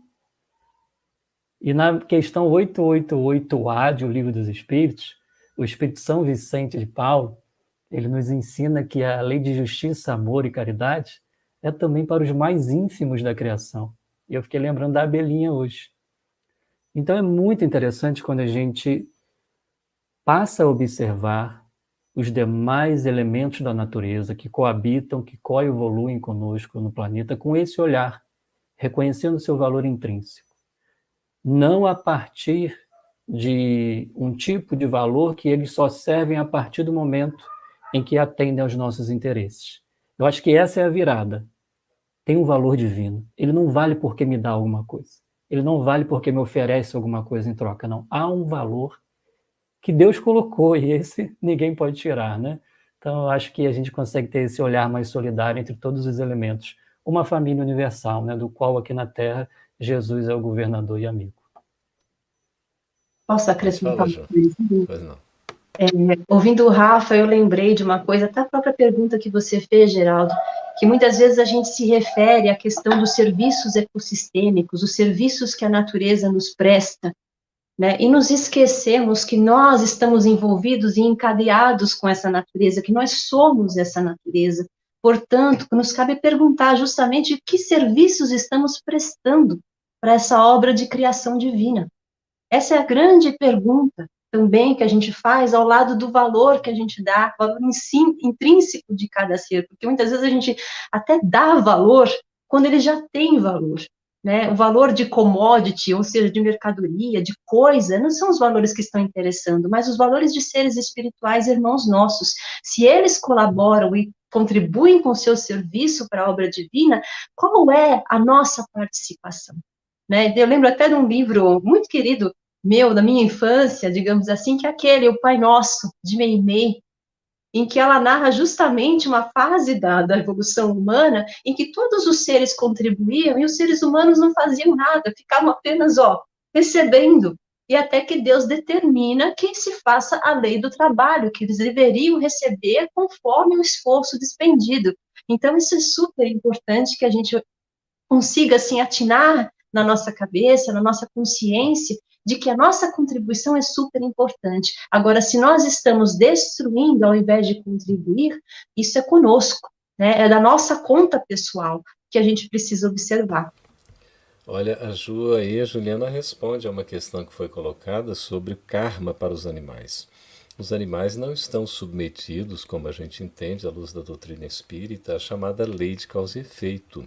E na questão 888A de O Livro dos Espíritos, o Espírito São Vicente de Paulo, ele nos ensina que a lei de justiça, amor e caridade é também para os mais ínfimos da criação. E eu fiquei lembrando da abelhinha hoje. Então é muito interessante quando a gente passa a observar os demais elementos da natureza que coabitam, que coevoluem conosco no planeta, com esse olhar, reconhecendo seu valor intrínseco. Não a partir de um tipo de valor que eles só servem a partir do momento em que atendem aos nossos interesses. Eu acho que essa é a virada. Tem um valor divino. Ele não vale porque me dá alguma coisa. Ele não vale porque me oferece alguma coisa em troca, não. Há um valor que Deus colocou e esse ninguém pode tirar, né? Então, eu acho que a gente consegue ter esse olhar mais solidário entre todos os elementos. Uma família universal, né? Do qual aqui na Terra Jesus é o governador e amigo. Posso acrescentar uma coisa? Pois não. Ouvindo o Rafa, eu lembrei de uma coisa, até a própria pergunta que você fez, Geraldo, que muitas vezes a gente se refere à questão dos serviços ecossistêmicos, os serviços que a natureza nos presta, né? E nos esquecemos que nós estamos envolvidos e encadeados com essa natureza, que nós somos essa natureza. Portanto, nos cabe perguntar justamente que serviços estamos prestando para essa obra de criação divina. Essa é a grande pergunta também que a gente faz ao lado do valor que a gente dá, o valor intrínseco de cada ser, porque muitas vezes a gente até dá valor quando ele já tem valor, né? O valor de commodity, ou seja, de mercadoria, de coisa, não são os valores que estão interessando, mas os valores de seres espirituais, irmãos nossos. Se eles colaboram e contribuem com o seu serviço para a obra divina, qual é a nossa participação? Né? Eu lembro até de um livro muito querido meu, da minha infância, digamos assim, que é aquele, O Pai Nosso, de Meimei, em que ela narra justamente uma fase da evolução humana em que todos os seres contribuíam e os seres humanos não faziam nada, ficavam apenas, recebendo. E até que Deus determina que se faça a lei do trabalho, que eles deveriam receber conforme o esforço despendido. Então, isso é super importante que a gente consiga, assim, atinar na nossa cabeça, na nossa consciência, de que a nossa contribuição é super importante. Agora, se nós estamos destruindo ao invés de contribuir, isso é conosco, né? É da nossa conta pessoal que a gente precisa observar. Olha, a Ju aí, a Juliana responde a uma questão que foi colocada sobre karma para os animais. Os animais não estão submetidos, como a gente entende à luz da doutrina espírita, à chamada lei de causa e efeito,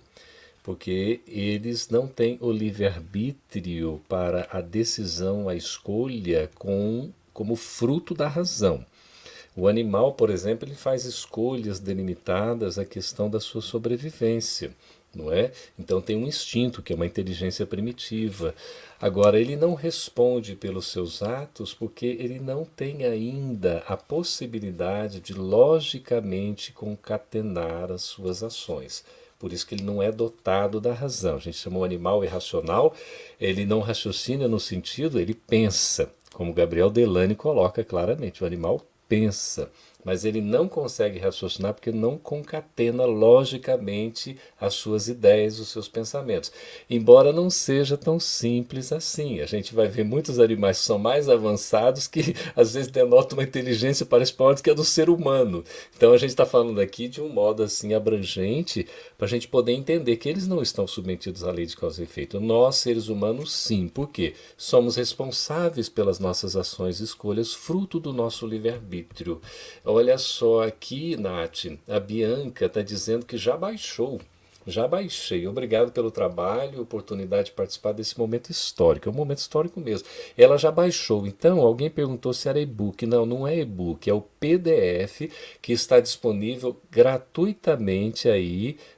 porque eles não têm o livre-arbítrio para a decisão, a escolha como fruto da razão. O animal, por exemplo, ele faz escolhas delimitadas à questão da sua sobrevivência, não é? Então tem um instinto, que é uma inteligência primitiva. Agora, ele não responde pelos seus atos porque ele não tem ainda a possibilidade de logicamente concatenar as suas ações. Por isso que ele não é dotado da razão. A gente chama o animal irracional, ele não raciocina no sentido, ele pensa. Como Gabriel Delany coloca claramente, o animal pensa, mas ele não consegue raciocinar porque não concatena logicamente as suas ideias, os seus pensamentos. Embora não seja tão simples assim. A gente vai ver muitos animais que são mais avançados que às vezes denotam uma inteligência parece maior do que a do ser humano. Então a gente está falando aqui de um modo assim abrangente para a gente poder entender que eles não estão submetidos à lei de causa e efeito. Nós, seres humanos, sim. Por quê? Somos responsáveis pelas nossas ações e escolhas, fruto do nosso livre-arbítrio. Olha só aqui, Nath, a Bianca está dizendo que já baixou. Já baixei. Obrigado pelo trabalho, oportunidade de participar desse momento histórico. É um momento histórico mesmo. Ela já baixou. Então, alguém perguntou se era e-book. Não, não é e-book. É o PDF que está disponível gratuitamente aí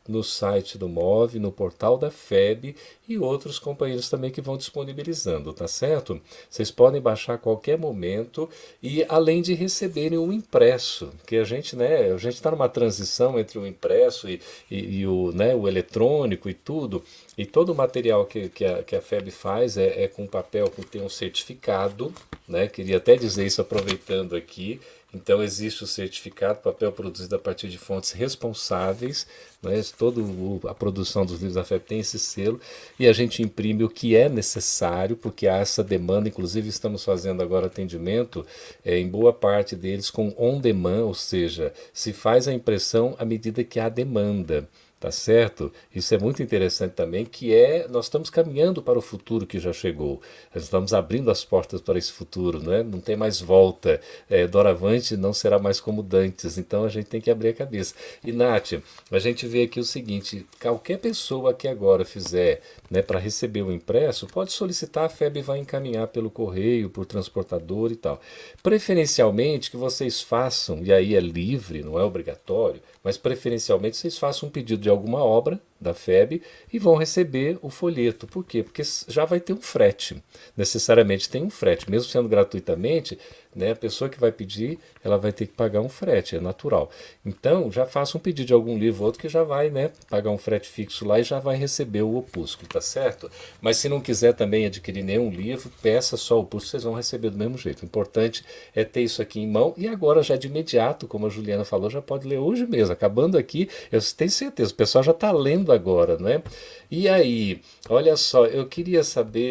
no site do MOV, no portal da FEB e outros companheiros também que vão disponibilizando, tá certo? Vocês podem baixar a qualquer momento e além de receberem o impresso, que a gente está numa transição entre o impresso e o eletrônico e tudo, e todo o material que a FEB faz é com papel que tem um certificado, né? Queria até dizer isso aproveitando aqui. Então existe o certificado, papel produzido a partir de fontes responsáveis, né? Toda a produção dos livros da FEB tem esse selo, e a gente imprime o que é necessário, porque há essa demanda. Inclusive estamos fazendo agora atendimento em boa parte deles com on demand, ou seja, se faz a impressão à medida que há demanda. Tá certo? Isso é muito interessante também, nós estamos caminhando para o futuro que já chegou. Nós estamos abrindo as portas para esse futuro, né? Não tem mais volta. Doravante não será mais como dantes. Então a gente tem que abrir a cabeça. E Nath, a gente vê aqui o seguinte: qualquer pessoa que agora fizer, né, para receber o impresso, pode solicitar, a FEB vai encaminhar pelo correio, por transportador e tal. Preferencialmente que vocês façam, e aí é livre, não é obrigatório, mas preferencialmente vocês façam um pedido de alguma obra da FEB e vão receber o folheto. Por quê? Porque já vai ter um frete. Necessariamente tem um frete. Mesmo sendo gratuitamente, né, a pessoa que vai pedir, ela vai ter que pagar um frete, é natural. Então, já faça um pedido de algum livro ou outro que já vai, né, pagar um frete fixo lá e já vai receber o opúsculo, tá certo? Mas se não quiser também adquirir nenhum livro, peça só o opúsculo, vocês vão receber do mesmo jeito. O importante é ter isso aqui em mão e agora já de imediato, como a Juliana falou, já pode ler hoje mesmo. Acabando aqui, eu tenho certeza, o pessoal já está lendo agora, né? E aí, olha só, eu queria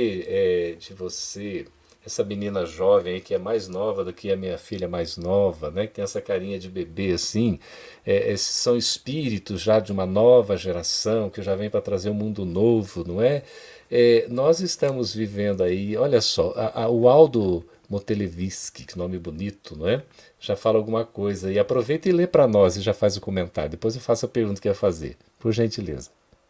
saber de você, essa menina jovem aí que é mais nova do que a minha filha mais nova, né? Que tem essa carinha de bebê assim. Esses são espíritos já de uma nova geração que já vem para trazer um mundo novo, não é? Nós estamos vivendo aí, olha só, o Aldo Motelevski, que nome bonito, não é? Já fala alguma coisa. E aproveita e lê para nós e já faz o comentário. Depois eu faço a pergunta que eu ia fazer, por gentileza.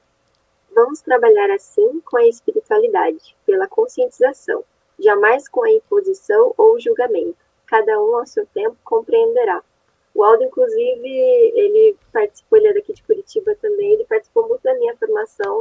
Vamos trabalhar assim com a espiritualidade, pela conscientização, jamais com a imposição ou julgamento. Cada um ao seu tempo compreenderá. O Aldo, inclusive, ele participou, ele é daqui de Curitiba também, ele participou muito da minha formação,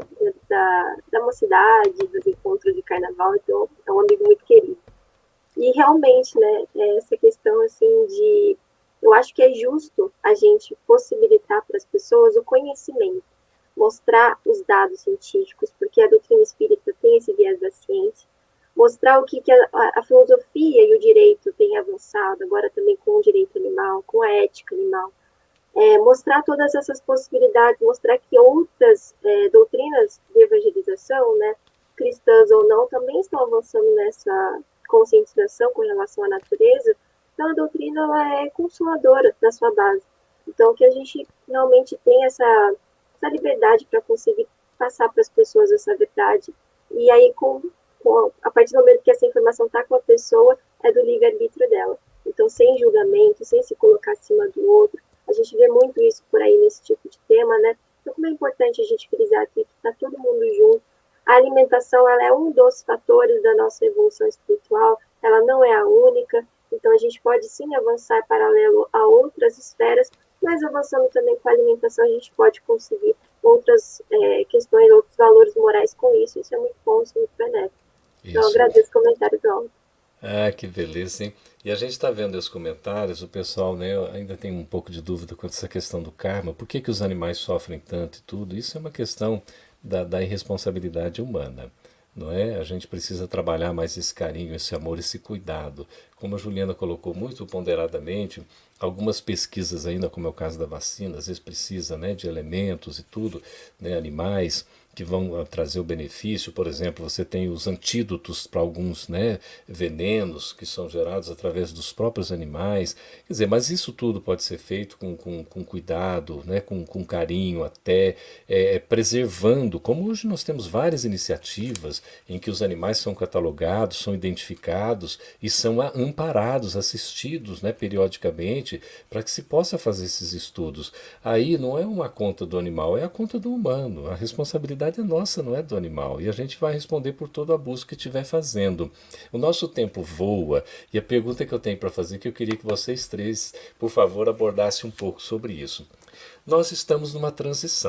da mocidade, dos encontros de carnaval, então é um amigo muito querido. E realmente, né, essa questão assim de... Eu acho que é justo a gente possibilitar para as pessoas o conhecimento, mostrar os dados científicos, porque a doutrina espírita tem esse viés da ciência, mostrar o que a filosofia e o direito têm avançado, agora também com o direito animal, com a ética animal, mostrar todas essas possibilidades, mostrar que outras doutrinas de evangelização, né, cristãs ou não, também estão avançando nessa conscientização com relação à natureza. Então a doutrina ela é consoladora na sua base. Então que a gente realmente tem essa liberdade para conseguir passar para as pessoas essa verdade. E aí, a partir do momento que essa informação está com a pessoa, é do livre-arbítrio dela. Então, sem julgamento, sem se colocar acima do outro. A gente vê muito isso por aí nesse tipo de tema, né? Então, como é importante a gente frisar aqui que está todo mundo junto. A alimentação, ela é um dos fatores da nossa evolução espiritual. Ela não é a única. Então, a gente pode, sim, avançar paralelo a outras esferas, mas avançando também com a alimentação, a gente pode conseguir outras questões, outros valores morais com isso. Isso é muito bom, isso é muito benéfico. Isso. Então, eu agradeço o comentário do Aldo. Ah, que beleza, hein? E a gente está vendo os comentários, o pessoal, né, ainda tem um pouco de dúvida quanto a essa questão do karma, por que os animais sofrem tanto e tudo. Isso é uma questão da irresponsabilidade humana. Não é? A gente precisa trabalhar mais esse carinho, esse amor, esse cuidado. Como a Juliana colocou muito ponderadamente, algumas pesquisas ainda, como é o caso da vacina, às vezes precisa, né, de elementos e tudo, né, animais que vão trazer o benefício. Por exemplo, você tem os antídotos para alguns, né, venenos que são gerados através dos próprios animais. Quer dizer, mas isso tudo pode ser feito com cuidado, né, com carinho, até preservando, como hoje nós temos várias iniciativas em que os animais são catalogados, são identificados e são amparados, assistidos, né, periodicamente, para que se possa fazer esses estudos. Aí não é uma conta do animal, é a conta do humano. A responsabilidade é nossa, não é do animal. E a gente vai responder por toda a busca que estiver fazendo. O nosso tempo voa e a pergunta que eu tenho para fazer, que eu queria que vocês três, por favor, abordassem um pouco sobre isso. Nós estamos numa transição.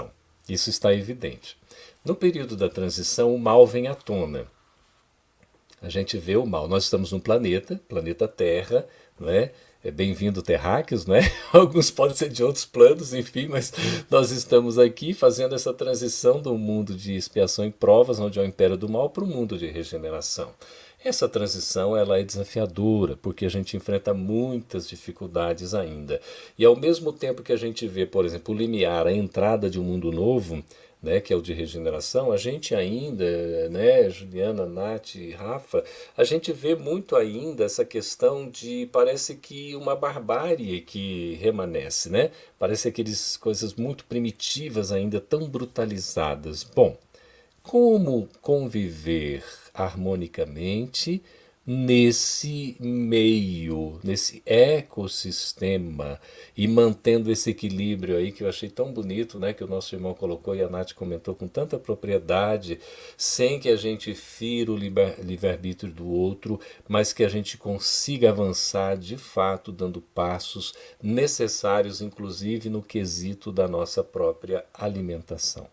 Isso está evidente. No período da transição, o mal vem à tona. A gente vê o mal. Nós estamos num planeta Terra, né? Bem-vindo, terráqueos, né? Alguns podem ser de outros planos, enfim, mas nós estamos aqui fazendo essa transição do mundo de expiação e provas, onde é o império do mal, para o mundo de regeneração. Essa transição ela é desafiadora, porque a gente enfrenta muitas dificuldades ainda. E ao mesmo tempo que a gente vê, por exemplo, o limiar, a entrada de um mundo novo, né, que é o de regeneração, a gente ainda, né, Juliana, Nath, Rafa, a gente vê muito ainda essa questão de, parece que uma barbárie que remanesce, né? Parece aquelas coisas muito primitivas ainda, tão brutalizadas. Bom, como conviver harmonicamente nesse meio, nesse ecossistema e mantendo esse equilíbrio aí que eu achei tão bonito, né, que o nosso irmão colocou e a Nath comentou com tanta propriedade, sem que a gente fira o livre-arbítrio do outro, mas que a gente consiga avançar de fato, dando passos necessários, inclusive no quesito da nossa própria alimentação.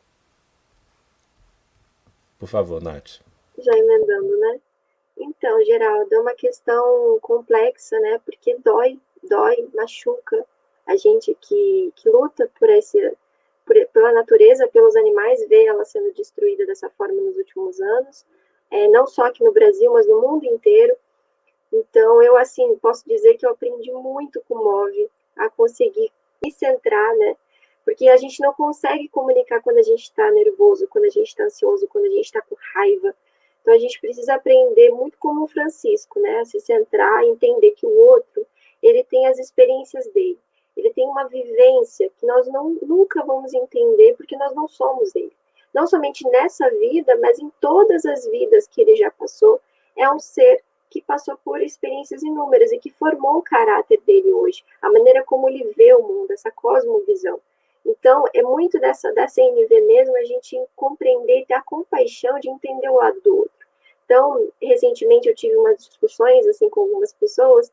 Por favor, Nath. Já emendando, né? Então, Geraldo, é uma questão complexa, né? Porque dói, machuca a gente que luta pela natureza, pelos animais, vê ela sendo destruída dessa forma nos últimos anos, não só aqui no Brasil, mas no mundo inteiro. Então, eu, assim, posso dizer que eu aprendi muito com o MOV a conseguir me centrar, né? Porque a gente não consegue comunicar quando a gente está nervoso, quando a gente está ansioso, quando a gente está com raiva. Então, a gente precisa aprender muito como o Francisco, né? A se centrar, entender que o outro, ele tem as experiências dele. Ele tem uma vivência que nós nunca vamos entender porque nós não somos ele. Não somente nessa vida, mas em todas as vidas que ele já passou. É um ser que passou por experiências inúmeras e que formou o caráter dele hoje. A maneira como ele vê o mundo, essa cosmovisão. Então, é muito dessa NV mesmo, a gente compreender e ter a compaixão de entender o lado do outro. Então, recentemente eu tive umas discussões, assim, com algumas pessoas,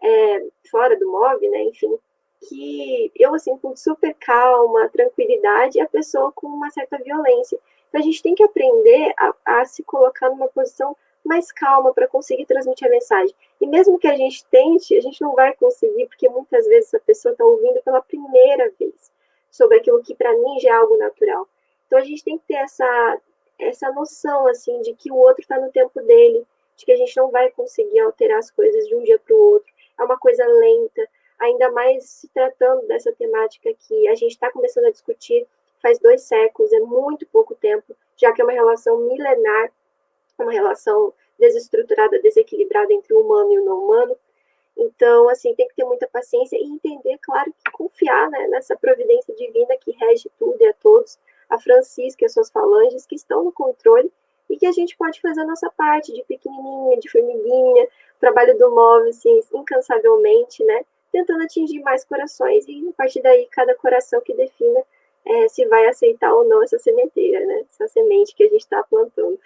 fora do MOV, né, enfim, que eu, assim, com super calma, tranquilidade, e a pessoa com uma certa violência. Então, a gente tem que aprender a se colocar numa posição mais calma para conseguir transmitir a mensagem. E mesmo que a gente tente, a gente não vai conseguir, porque muitas vezes a pessoa está ouvindo pela primeira vez sobre aquilo que para mim já é algo natural. Então a gente tem que ter essa noção assim de que o outro está no tempo dele, de que a gente não vai conseguir alterar as coisas de um dia para o outro. É uma coisa lenta, ainda mais se tratando dessa temática que a gente está começando a discutir faz 2 séculos, é muito pouco tempo, já que é uma relação milenar, uma relação desestruturada, desequilibrada entre o humano e o não humano. Então, assim, tem que ter muita paciência e entender, claro, que confiar, né, nessa providência divina que rege tudo e a todos, a Francisca e as suas falanges que estão no controle e que a gente pode fazer a nossa parte de pequenininha, de formiguinha, trabalho do MOV, assim, incansavelmente, né, tentando atingir mais corações e, a partir daí, cada coração que defina se vai aceitar ou não essa sementeira, né, essa semente que a gente está plantando.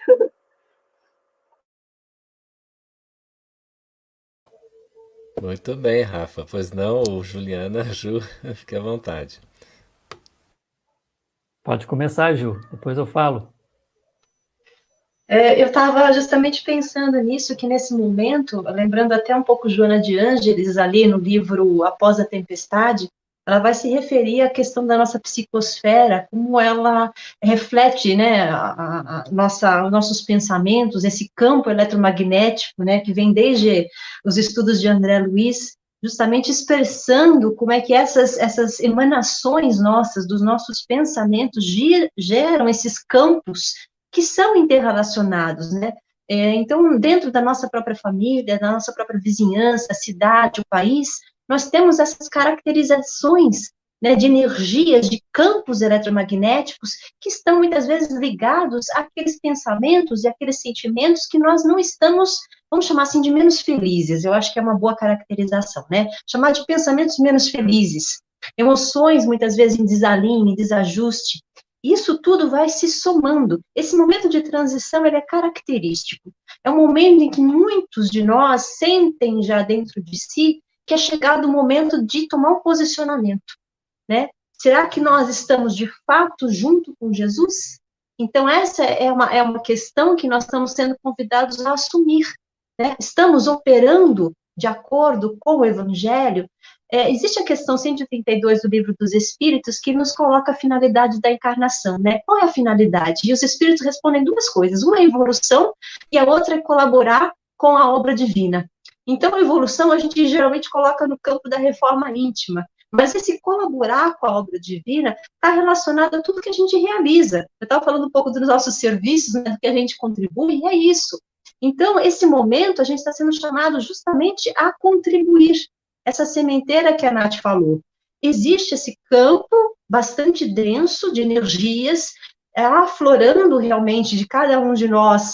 Muito bem, Rafa. Pois não, Juliana, Ju, fique à vontade. Pode começar, Ju, depois eu falo. Eu estava justamente pensando nisso, que nesse momento, lembrando até um pouco Joana de Ângeles, ali no livro Após a Tempestade, ela vai se referir à questão da nossa psicosfera, como ela reflete, né, os nossos pensamentos, esse campo eletromagnético, né, que vem desde os estudos de André Luiz, justamente expressando como é que essas emanações nossas, dos nossos pensamentos, geram esses campos que são interrelacionados, né? Então, dentro da nossa própria família, da nossa própria vizinhança, cidade, o país, nós temos essas caracterizações, né, de energias, de campos eletromagnéticos que estão muitas vezes ligados àqueles pensamentos e àqueles sentimentos que nós não estamos, vamos chamar assim, de menos felizes. Eu acho que é uma boa caracterização, né? Chamar de pensamentos menos felizes, emoções muitas vezes em desalinho, em desajuste. Isso tudo vai se somando. Esse momento de transição, ele é característico. É um momento em que muitos de nós sentem já dentro de si que é chegado o momento de tomar um posicionamento, né? Será que nós estamos de fato junto com Jesus? Então, essa é uma questão que nós estamos sendo convidados a assumir, né? Estamos operando de acordo com o Evangelho? Existe a questão 132 do Livro dos Espíritos, que nos coloca a finalidade da encarnação, né? Qual é a finalidade? E os Espíritos respondem duas coisas, uma é a evolução e a outra é colaborar com a obra divina. Então, a evolução a gente geralmente coloca no campo da reforma íntima, mas esse colaborar com a obra divina está relacionado a tudo que a gente realiza. Eu estava falando um pouco dos nossos serviços, né, do que a gente contribui, e é isso. Então, esse momento, a gente está sendo chamado justamente a contribuir. Essa sementeira que a Nath falou. Existe esse campo bastante denso de energias, aflorando realmente de cada um de nós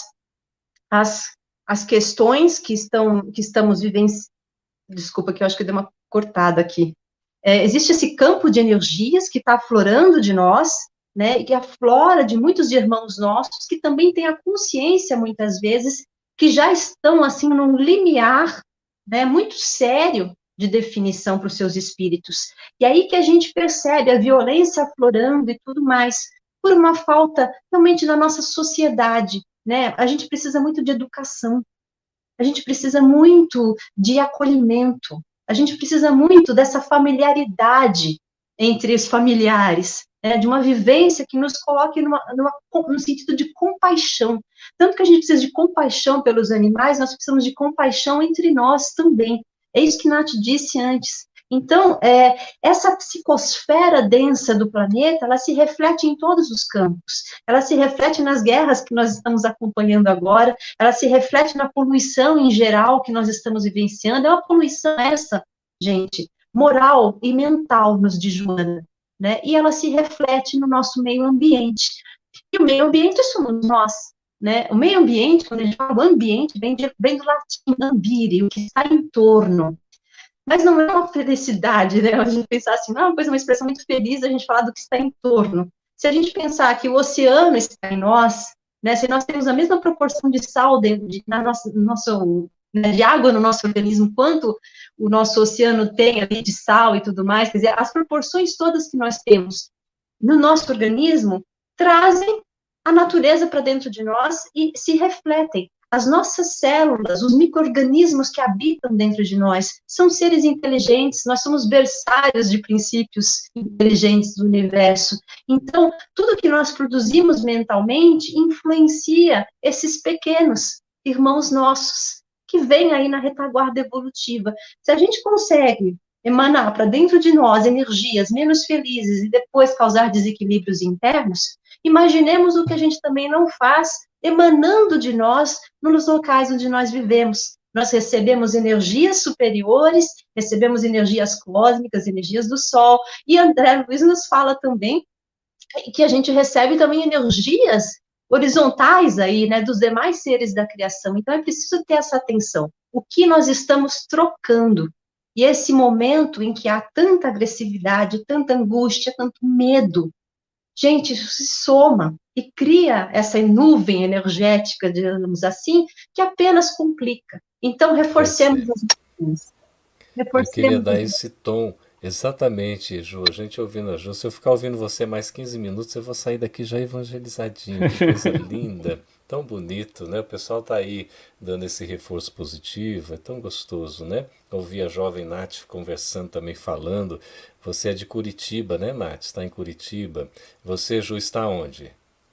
as questões que estamos vivenciando. Desculpa, que eu acho que deu uma cortada aqui. Existe esse campo de energias que está aflorando de nós, né, e que aflora de muitos irmãos nossos que também têm a consciência, muitas vezes, que já estão, assim, num limiar, né, muito sério de definição para os seus espíritos. E aí que a gente percebe a violência aflorando e tudo mais, por uma falta realmente na nossa sociedade, né? A gente precisa muito de educação, a gente precisa muito de acolhimento, a gente precisa muito dessa familiaridade entre os familiares, né? De uma vivência que nos coloque no sentido de compaixão. Tanto que a gente precisa de compaixão pelos animais, nós precisamos de compaixão entre nós também. É isso que Nath disse antes. Então, essa psicosfera densa do planeta, ela se reflete em todos os campos. Ela se reflete nas guerras que nós estamos acompanhando agora, ela se reflete na poluição em geral que nós estamos vivenciando. É uma poluição essa, gente, moral e mental, nos diz Joana, né? E ela se reflete no nosso meio ambiente. E o meio ambiente somos nós. Né? O meio ambiente, quando a gente fala ambiente, vem do latim ambire, o que está em torno. Mas não é uma felicidade, né? A gente pensar assim, não é uma expressão muito feliz a gente falar do que está em torno. Se a gente pensar que o oceano está em nós, né? Se nós temos a mesma proporção de sal de água no nosso organismo, quanto o nosso oceano tem ali de sal e tudo mais, quer dizer, as proporções todas que nós temos no nosso organismo trazem a natureza para dentro de nós e se refletem. As nossas células, os micro-organismos que habitam dentro de nós, são seres inteligentes, nós somos berçários de princípios inteligentes do universo. Então, tudo que nós produzimos mentalmente influencia esses pequenos irmãos nossos, que vêm aí na retaguarda evolutiva. Se a gente consegue emanar para dentro de nós energias menos felizes e depois causar desequilíbrios internos, imaginemos o que a gente também não faz, emanando de nós nos locais onde nós vivemos. Nós recebemos energias superiores, recebemos energias cósmicas, energias do Sol, e André Luiz nos fala também que a gente recebe também energias horizontais aí, né, dos demais seres da criação. Então é preciso ter essa atenção. O que nós estamos trocando? E esse momento em que há tanta agressividade, tanta angústia, tanto medo, gente, isso se soma e cria essa nuvem energética, digamos assim, que apenas complica. Então, reforcemos as ações. Eu queria dar esse tom, exatamente, Ju. A gente ouvindo a Ju, se eu ficar ouvindo você mais 15 minutos, eu vou sair daqui já evangelizadinho. Que coisa linda, tão bonito, né? O pessoal tá aí dando esse reforço positivo, é tão gostoso, né? Ouvir a jovem Nath conversando também, falando. Você é de Curitiba, né, Nath? Está em Curitiba. Você, Ju, está onde?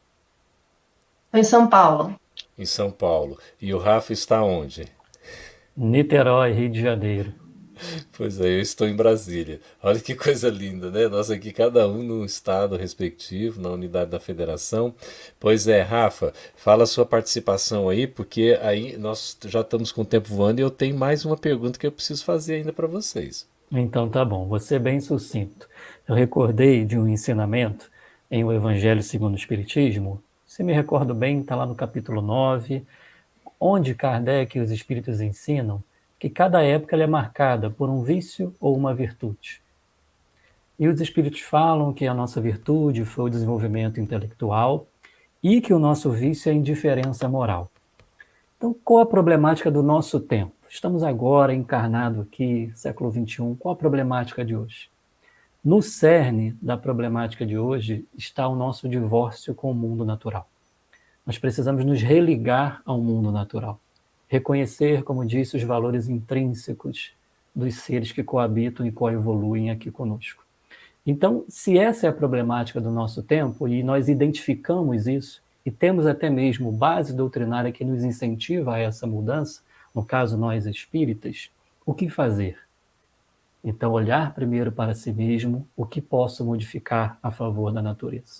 Em São Paulo. Em São Paulo. E o Rafa está onde? Niterói, Rio de Janeiro. Pois é, eu estou em Brasília. Olha que coisa linda, né? Nós aqui, cada um no estado respectivo, na unidade da federação. Pois é, Rafa, fala a sua participação aí, porque aí nós já estamos com o tempo voando e eu tenho mais uma pergunta que eu preciso fazer ainda para vocês. Então tá bom, vou ser bem sucinto. Eu recordei de um ensinamento em O Evangelho segundo o Espiritismo, se me recordo bem, está lá no capítulo 9, onde Kardec e os Espíritos ensinam que cada época ela é marcada por um vício ou uma virtude. E os Espíritos falam que a nossa virtude foi o desenvolvimento intelectual e que o nosso vício é a indiferença moral. Então, qual a problemática do nosso tempo? Estamos agora encarnados aqui, século XXI, qual a problemática de hoje? No cerne da problemática de hoje está o nosso divórcio com o mundo natural. Nós precisamos nos religar ao mundo natural. Reconhecer, como disse, os valores intrínsecos dos seres que coabitam e coevoluem aqui conosco. Então, se essa é a problemática do nosso tempo, e nós identificamos isso, e temos até mesmo base doutrinária que nos incentiva a essa mudança, no caso nós espíritas, o que fazer? Então, olhar primeiro para si mesmo, o que posso modificar a favor da natureza.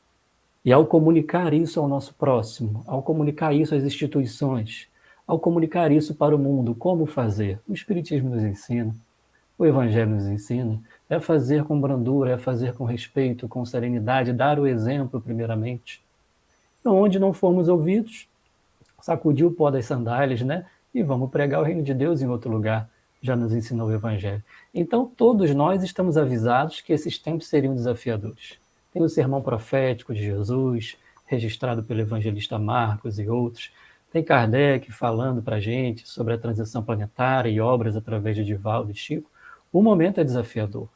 E ao comunicar isso ao nosso próximo, ao comunicar isso às instituições, ao comunicar isso para o mundo, como fazer? O Espiritismo nos ensina, o Evangelho nos ensina, é fazer com brandura, é fazer com respeito, com serenidade, dar o exemplo primeiramente. Então, onde não formos ouvidos, sacudir o pó das sandálias, né? E vamos pregar o reino de Deus em outro lugar, já nos ensinou o Evangelho. Então, todos nós estamos avisados que esses tempos seriam desafiadores. Tem o sermão profético de Jesus, registrado pelo evangelista Marcos e outros. Tem Kardec falando para a gente sobre a transição planetária e obras através de Divaldo e Chico. O momento é desafiador.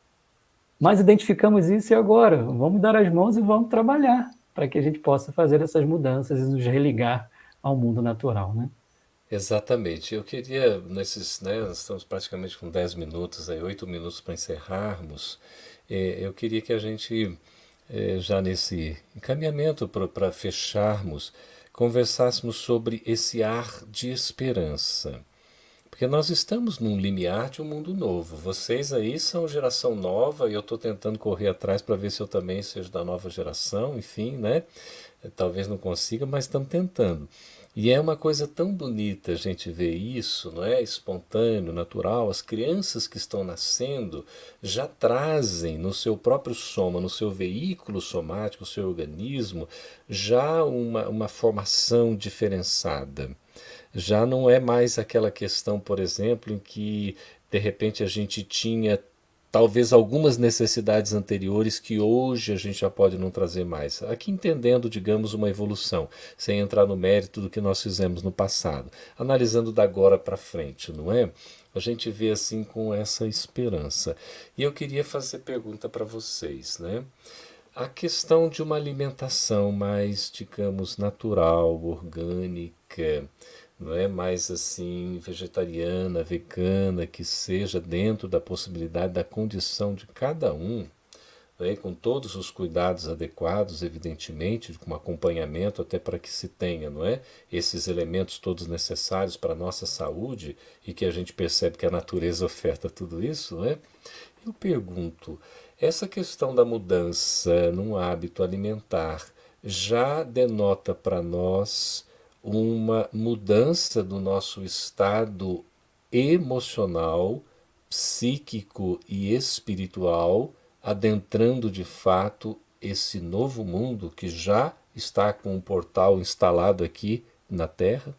Mas identificamos isso e agora vamos dar as mãos e vamos trabalhar para que a gente possa fazer essas mudanças e nos religar ao mundo natural, né? Exatamente. Eu queria, nós estamos praticamente com 10 minutos, 8 minutos para encerrarmos. Eu queria que a gente, já nesse encaminhamento para fecharmos, conversássemos sobre esse ar de esperança. Porque nós estamos num limiar de um mundo novo. Vocês aí são geração nova e eu estou tentando correr atrás para ver se eu também seja da nova geração, enfim, né? Talvez não consiga, mas estamos tentando. E é uma coisa tão bonita a gente ver isso, não é? Espontâneo, natural. As crianças que estão nascendo já trazem no seu próprio soma, no seu veículo somático, no seu organismo, já uma formação diferenciada. Já não é mais aquela questão, por exemplo, em que de repente a gente tinha talvez algumas necessidades anteriores que hoje a gente já pode não trazer mais. Aqui entendendo, digamos, uma evolução, sem entrar no mérito do que nós fizemos no passado. Analisando da agora para frente, não é? A gente vê assim com essa esperança. E eu queria fazer pergunta para vocês, né? A questão de uma alimentação mais, digamos, natural, orgânica, não é mais assim vegetariana, vegana, que seja dentro da possibilidade da condição de cada um, né, com todos os cuidados adequados, evidentemente, com acompanhamento até para que se tenha, não é, esses elementos todos necessários para a nossa saúde e que a gente percebe que a natureza oferta tudo isso, não é? Eu pergunto, essa questão da mudança num hábito alimentar já denota para nós uma mudança do nosso estado emocional, psíquico e espiritual, adentrando de fato esse novo mundo que já está com um portal instalado aqui na Terra?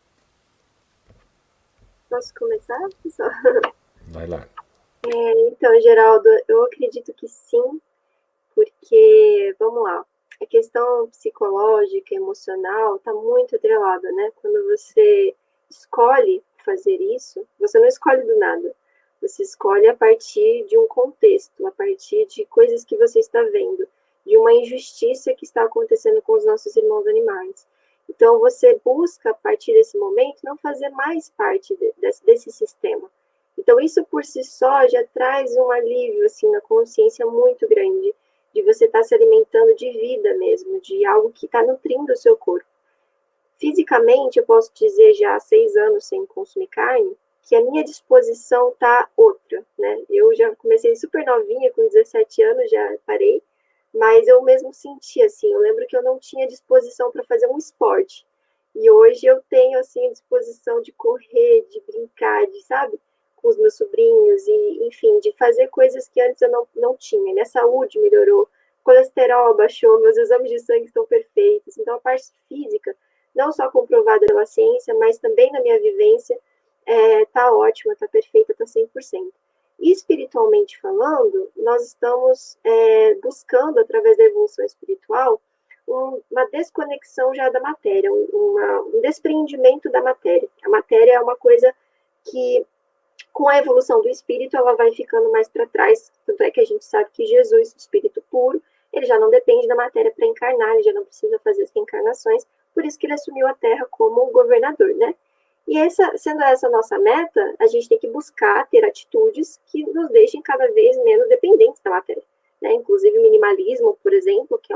Posso começar, pessoal? Vai lá. Então, Geraldo, eu acredito que sim, porque, vamos lá, a questão psicológica, emocional, está muito atrelada, né? Quando você escolhe fazer isso, você não escolhe do nada. Você escolhe a partir de um contexto, a partir de coisas que você está vendo, de uma injustiça que está acontecendo com os nossos irmãos animais. Então, você busca, a partir desse momento, não fazer mais parte desse sistema. Então, isso por si só já traz um alívio, assim, na consciência muito grande, de você estar se alimentando de vida mesmo, de algo que está nutrindo o seu corpo. Fisicamente, eu posso dizer já há 6 anos sem consumir carne, que a minha disposição está outra, né? Eu já comecei super novinha, com 17 anos, já parei, mas eu mesmo senti, assim, eu lembro que eu não tinha disposição para fazer um esporte, e hoje eu tenho, assim, disposição de correr, de brincar, de, sabe, com os meus sobrinhos, e, enfim, de fazer coisas que antes eu não tinha. Minha saúde melhorou, colesterol abaixou, meus exames de sangue estão perfeitos, então a parte física, não só comprovada pela ciência, mas também na minha vivência, tá ótima, tá perfeita, tá 100%. E espiritualmente falando, nós estamos buscando, através da evolução espiritual, uma desconexão já da matéria, um desprendimento da matéria. A matéria é uma coisa que Com a evolução do espírito, ela vai ficando mais para trás, tanto é que a gente sabe que Jesus, o espírito puro, ele já não depende da matéria para encarnar, ele já não precisa fazer as reencarnações, por isso que ele assumiu a Terra como governador, né? E sendo essa a nossa meta, a gente tem que buscar ter atitudes que nos deixem cada vez menos dependentes da matéria, né? Inclusive o minimalismo, por exemplo, que é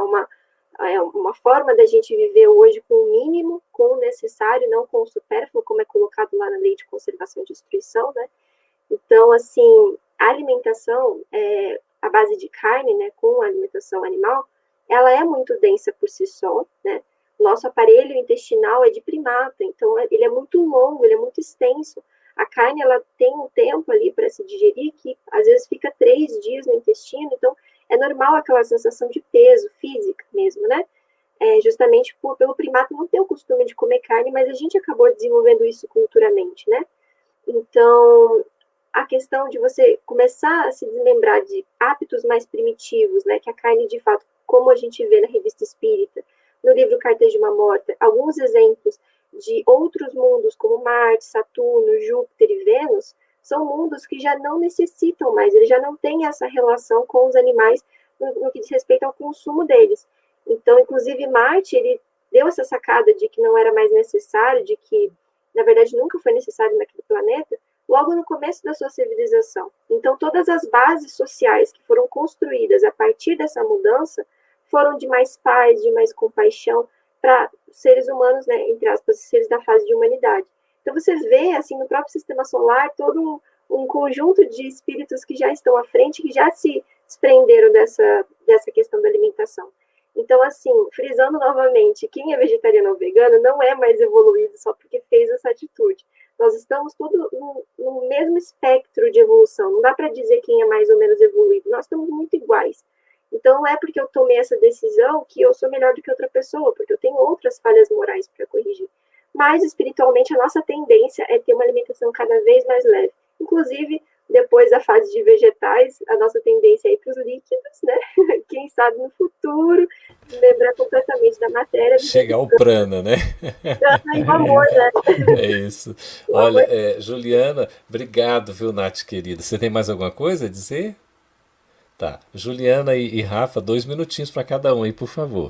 uma forma da gente viver hoje com o mínimo, com o necessário, não com o supérfluo, como é colocado lá na Lei de Conservação e Destruição, né? Então, assim, a alimentação, a base de carne, né, com a alimentação animal, ela é muito densa por si só, né? Nosso aparelho intestinal é de primata, então ele é muito longo, ele é muito extenso. A carne, ela tem um tempo ali para se digerir que às vezes fica 3 dias no intestino, então é normal aquela sensação de peso física mesmo, né? Justamente pelo primata não ter o costume de comer carne, mas a gente acabou desenvolvendo isso culturalmente, né? Então, a questão de você começar a se desmembrar de hábitos mais primitivos, né? Que a carne, de fato, como a gente vê na Revista Espírita, no livro Cartas de uma Morta, alguns exemplos de outros mundos, como Marte, Saturno, Júpiter e Vênus, são mundos que já não necessitam mais, eles já não têm essa relação com os animais no que diz respeito ao consumo deles. Então, inclusive, Marte, ele deu essa sacada de que não era mais necessário, de que, na verdade, nunca foi necessário naquele planeta, logo no começo da sua civilização. Então, todas as bases sociais que foram construídas a partir dessa mudança foram de mais paz, de mais compaixão para seres humanos, né, entre aspas, seres da fase de humanidade. Então você vê, assim, no próprio sistema solar, todo um conjunto de espíritos que já estão à frente, que já se desprenderam dessa questão da alimentação. Então, assim, frisando novamente, quem é vegetariano ou vegano não é mais evoluído só porque fez essa atitude. Nós estamos todos no mesmo espectro de evolução. Não dá para dizer quem é mais ou menos evoluído. Nós estamos muito iguais. Então, não é porque eu tomei essa decisão que eu sou melhor do que outra pessoa, porque eu tenho outras falhas morais para corrigir. Mas, espiritualmente, a nossa tendência é ter uma alimentação cada vez mais leve. Inclusive, depois da fase de vegetais, a nossa tendência é ir para os líquidos, né? Quem sabe no futuro, lembrar completamente da matéria. Chegar ao prana, né? Prana e o amor, né? É isso. Olha, Juliana, obrigado, viu, Nath, querida. Você tem mais alguma coisa a dizer? Tá. Juliana e Rafa, 2 minutinhos para cada um aí, por favor.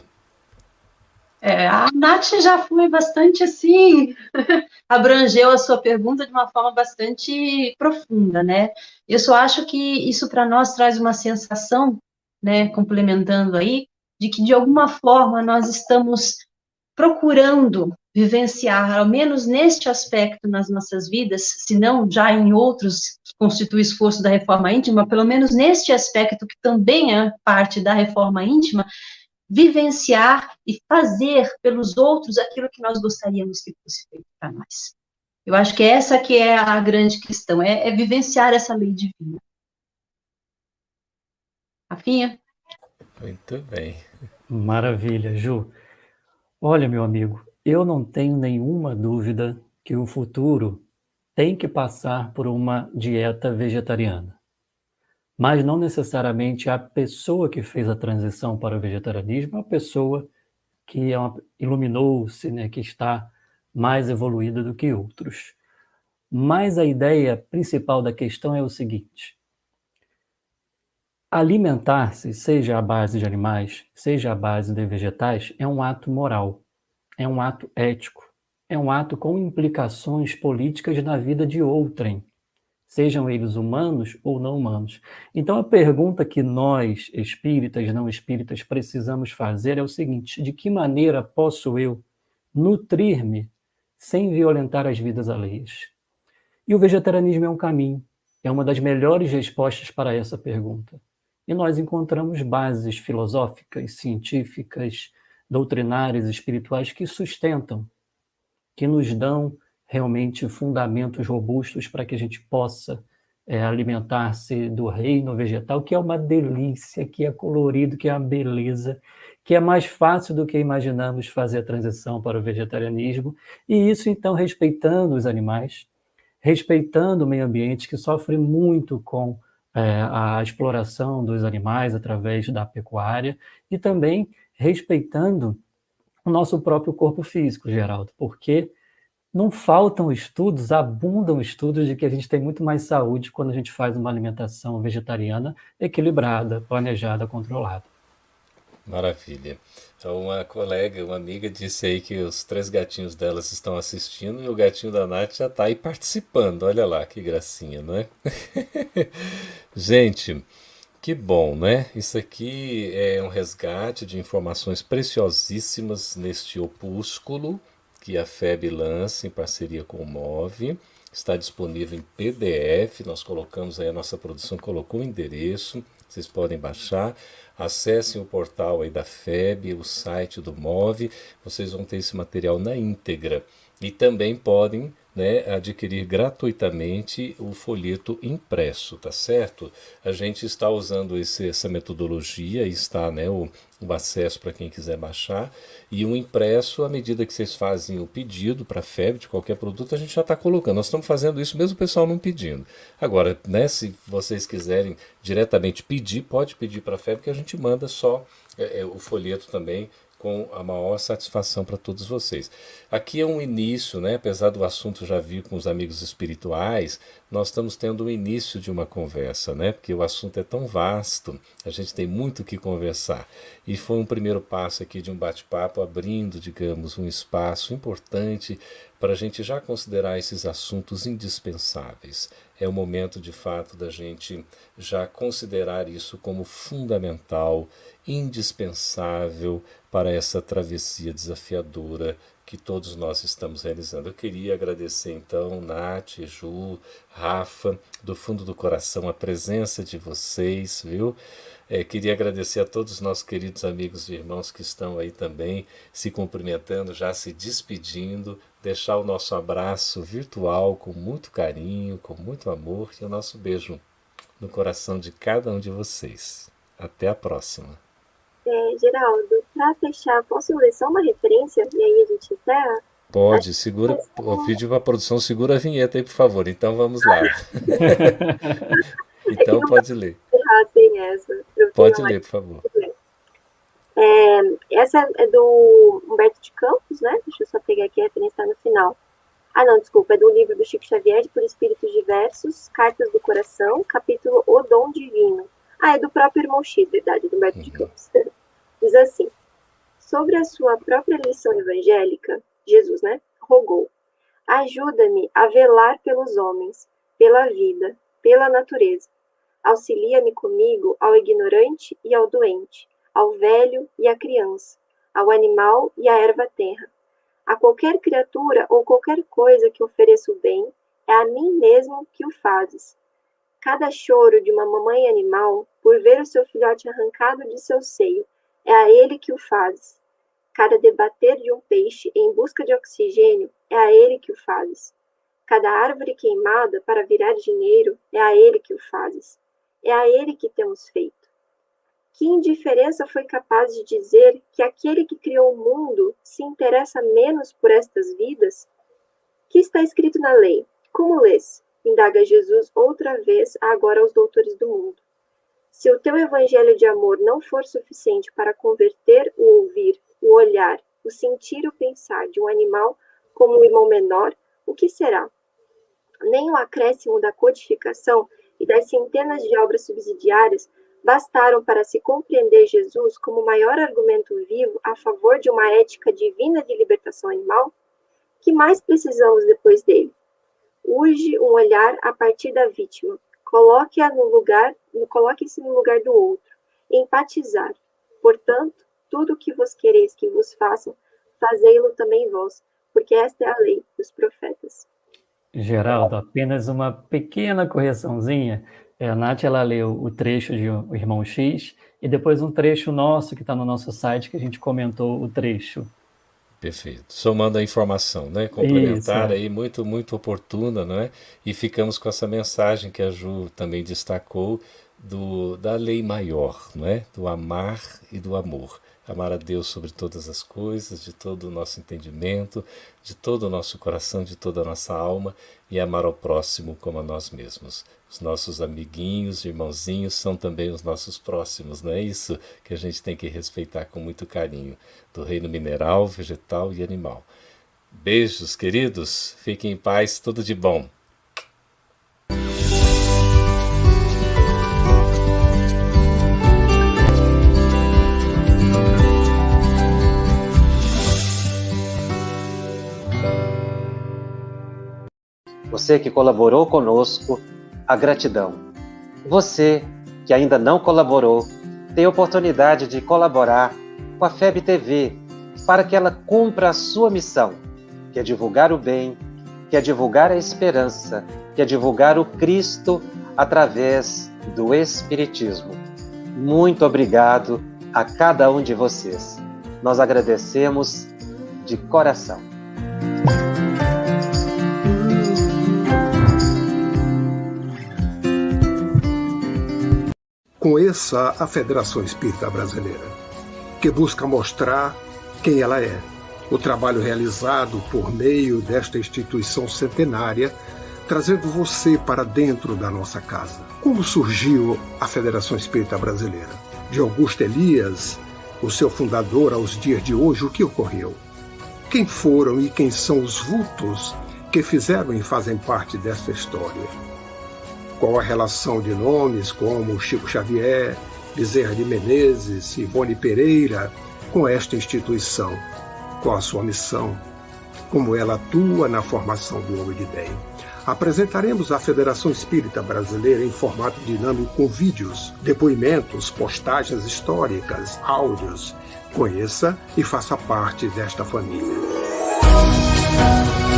A Nath já foi bastante assim, abrangeu a sua pergunta de uma forma bastante profunda, né? Eu só acho que isso para nós traz uma sensação, né, complementando aí, de que de alguma forma nós estamos procurando vivenciar, ao menos neste aspecto nas nossas vidas, se não já em outros que constitui o esforço da reforma íntima, pelo menos neste aspecto que também é parte da reforma íntima, vivenciar e fazer pelos outros aquilo que nós gostaríamos que fosse feito para nós. Eu acho que essa que é a grande questão, é vivenciar essa lei divina. Rafinha? Muito bem. Maravilha, Ju. Olha, meu amigo, eu não tenho nenhuma dúvida que o futuro tem que passar por uma dieta vegetariana. Mas não necessariamente a pessoa que fez a transição para o vegetarianismo é uma pessoa que iluminou-se, né, que está mais evoluída do que outros. Mas a ideia principal da questão é o seguinte: alimentar-se, seja à base de animais, seja à base de vegetais, é um ato moral, é um ato ético, é um ato com implicações políticas na vida de outrem, sejam eles humanos ou não humanos. Então, a pergunta que nós, espíritas, não espíritas, precisamos fazer é o seguinte: de que maneira posso eu nutrir-me sem violentar as vidas alheias? E o vegetarianismo é um caminho, é uma das melhores respostas para essa pergunta. E nós encontramos bases filosóficas, científicas, doutrinárias, espirituais que sustentam, que nos dão realmente fundamentos robustos para que a gente possa alimentar-se do reino vegetal, que é uma delícia, que é colorido, que é uma beleza, que é mais fácil do que imaginamos fazer a transição para o vegetarianismo, e isso então respeitando os animais, respeitando o meio ambiente, que sofre muito com a exploração dos animais através da pecuária, e também respeitando o nosso próprio corpo físico, Geraldo, porque não faltam estudos, abundam estudos de que a gente tem muito mais saúde quando a gente faz uma alimentação vegetariana equilibrada, planejada, controlada. Maravilha. Então, uma colega, uma amiga disse aí que os 3 gatinhos delas estão assistindo e o gatinho da Nath já está aí participando. Olha lá, que gracinha, não é? Gente, que bom, né? Isso aqui é um resgate de informações preciosíssimas neste opúsculo que a FEB lança em parceria com o MOVE. Está disponível em PDF. Nós colocamos aí, a nossa produção colocou o endereço. Vocês podem baixar. Acessem o portal aí da FEB, o site do MOVE. Vocês vão ter esse material na íntegra. E também podem, né, adquirir gratuitamente o folheto impresso, tá certo? A gente está usando essa metodologia, está, né, o acesso para quem quiser baixar, e o impresso, à medida que vocês fazem o pedido para a FEB de qualquer produto, a gente já está colocando. Nós estamos fazendo isso mesmo o pessoal não pedindo. Agora, né, se vocês quiserem diretamente pedir, pode pedir para a FEB que a gente manda só o folheto também, com a maior satisfação para todos vocês. Aqui é um início, né? Apesar do assunto já vir com os amigos espirituais, nós estamos tendo o início de uma conversa, né? Porque o assunto é tão vasto, a gente tem muito o que conversar. E foi um primeiro passo aqui de um bate-papo, abrindo, digamos, um espaço importante para a gente já considerar esses assuntos indispensáveis. É o momento, de fato, da gente já considerar isso como fundamental, indispensável para essa travessia desafiadora que todos nós estamos realizando. Eu queria agradecer, então, Nath, Ju, Rafa, do fundo do coração, a presença de vocês, viu? Queria agradecer a todos os nossos queridos amigos e irmãos que estão aí também se cumprimentando, já se despedindo, deixar o nosso abraço virtual com muito carinho, com muito amor e o nosso beijo no coração de cada um de vocês. Até a próxima. Geraldo, para fechar, posso ler só uma referência e aí a gente encerra? Pode, segura, eu pedi para a produção, segura a vinheta aí, por favor. Então vamos lá. Então pode ler. Sem essa. Pode ler, por favor. Essa é do Humberto de Campos, né? Deixa eu só pegar aqui, a referência está no final. Ah, não, desculpa, é do livro do Chico Xavier, de Por Espíritos Diversos, Cartas do Coração, capítulo O Dom Divino. Ah, é do próprio irmão X, verdade, do Humberto de Campos. Diz assim: sobre a sua própria lição evangélica, Jesus, né, rogou: ajuda-me a velar pelos homens, pela vida, pela natureza. Auxilia-me comigo ao ignorante e ao doente, ao velho e à criança, ao animal e à erva terra. A qualquer criatura ou qualquer coisa que ofereça o bem, é a mim mesmo que o fazes. Cada choro de uma mamãe animal, por ver o seu filhote arrancado de seu seio, é a ele que o fazes. Cada debater de um peixe em busca de oxigênio, é a ele que o fazes. Cada árvore queimada para virar dinheiro, é a ele que o fazes. É a ele que temos feito. Que indiferença foi capaz de dizer que aquele que criou o mundo se interessa menos por estas vidas? Que está escrito na lei? Como lês? Indaga Jesus outra vez agora aos doutores do mundo. Se o teu evangelho de amor não for suficiente para converter o ouvir, o olhar, o sentir, o pensar de um animal como um irmão menor, o que será? Nem o acréscimo da codificação e das centenas de obras subsidiárias bastaram para se compreender Jesus como o maior argumento vivo a favor de uma ética divina de libertação animal? Que mais precisamos depois dele? Urge um olhar a partir da vítima. Coloque-se no lugar do outro. Empatizar. Portanto, tudo o que vos quereis que vos façam, fazei-lo também vós, porque esta é a lei dos profetas. Geraldo, apenas uma pequena correçãozinha. A Nath, ela leu o trecho de O Irmão X e depois um trecho nosso que está no nosso site que a gente comentou o trecho. Perfeito. Somando a informação, né? Complementar aí, muito, muito oportuna, não é? E ficamos com essa mensagem que a Ju também destacou da lei maior, não é? Do amar e do amor. Amar a Deus sobre todas as coisas, de todo o nosso entendimento, de todo o nosso coração, de toda a nossa alma, e amar ao próximo como a nós mesmos. Os nossos amiguinhos, irmãozinhos, são também os nossos próximos, não é isso que a gente tem que respeitar com muito carinho, do reino mineral, vegetal e animal. Beijos, queridos. Fiquem em paz, tudo de bom. Você que colaborou conosco, a gratidão. Você que ainda não colaborou, tem a oportunidade de colaborar com a FEB TV para que ela cumpra a sua missão, que é divulgar o bem, que é divulgar a esperança, que é divulgar o Cristo através do Espiritismo. Muito obrigado a cada um de vocês. Nós agradecemos de coração. Conheça a Federação Espírita Brasileira, que busca mostrar quem ela é. O trabalho realizado por meio desta instituição centenária, trazendo você para dentro da nossa casa. Como surgiu a Federação Espírita Brasileira? De Augusto Elias, o seu fundador, aos dias de hoje, o que ocorreu? Quem foram e quem são os vultos que fizeram e fazem parte desta história? Qual a relação de nomes como Chico Xavier, Bezerra de Menezes, Ivone Pereira com esta instituição? Qual a sua missão? Como ela atua na formação do homem de bem? Apresentaremos a Federação Espírita Brasileira em formato dinâmico com vídeos, depoimentos, postagens históricas, áudios. Conheça e faça parte desta família.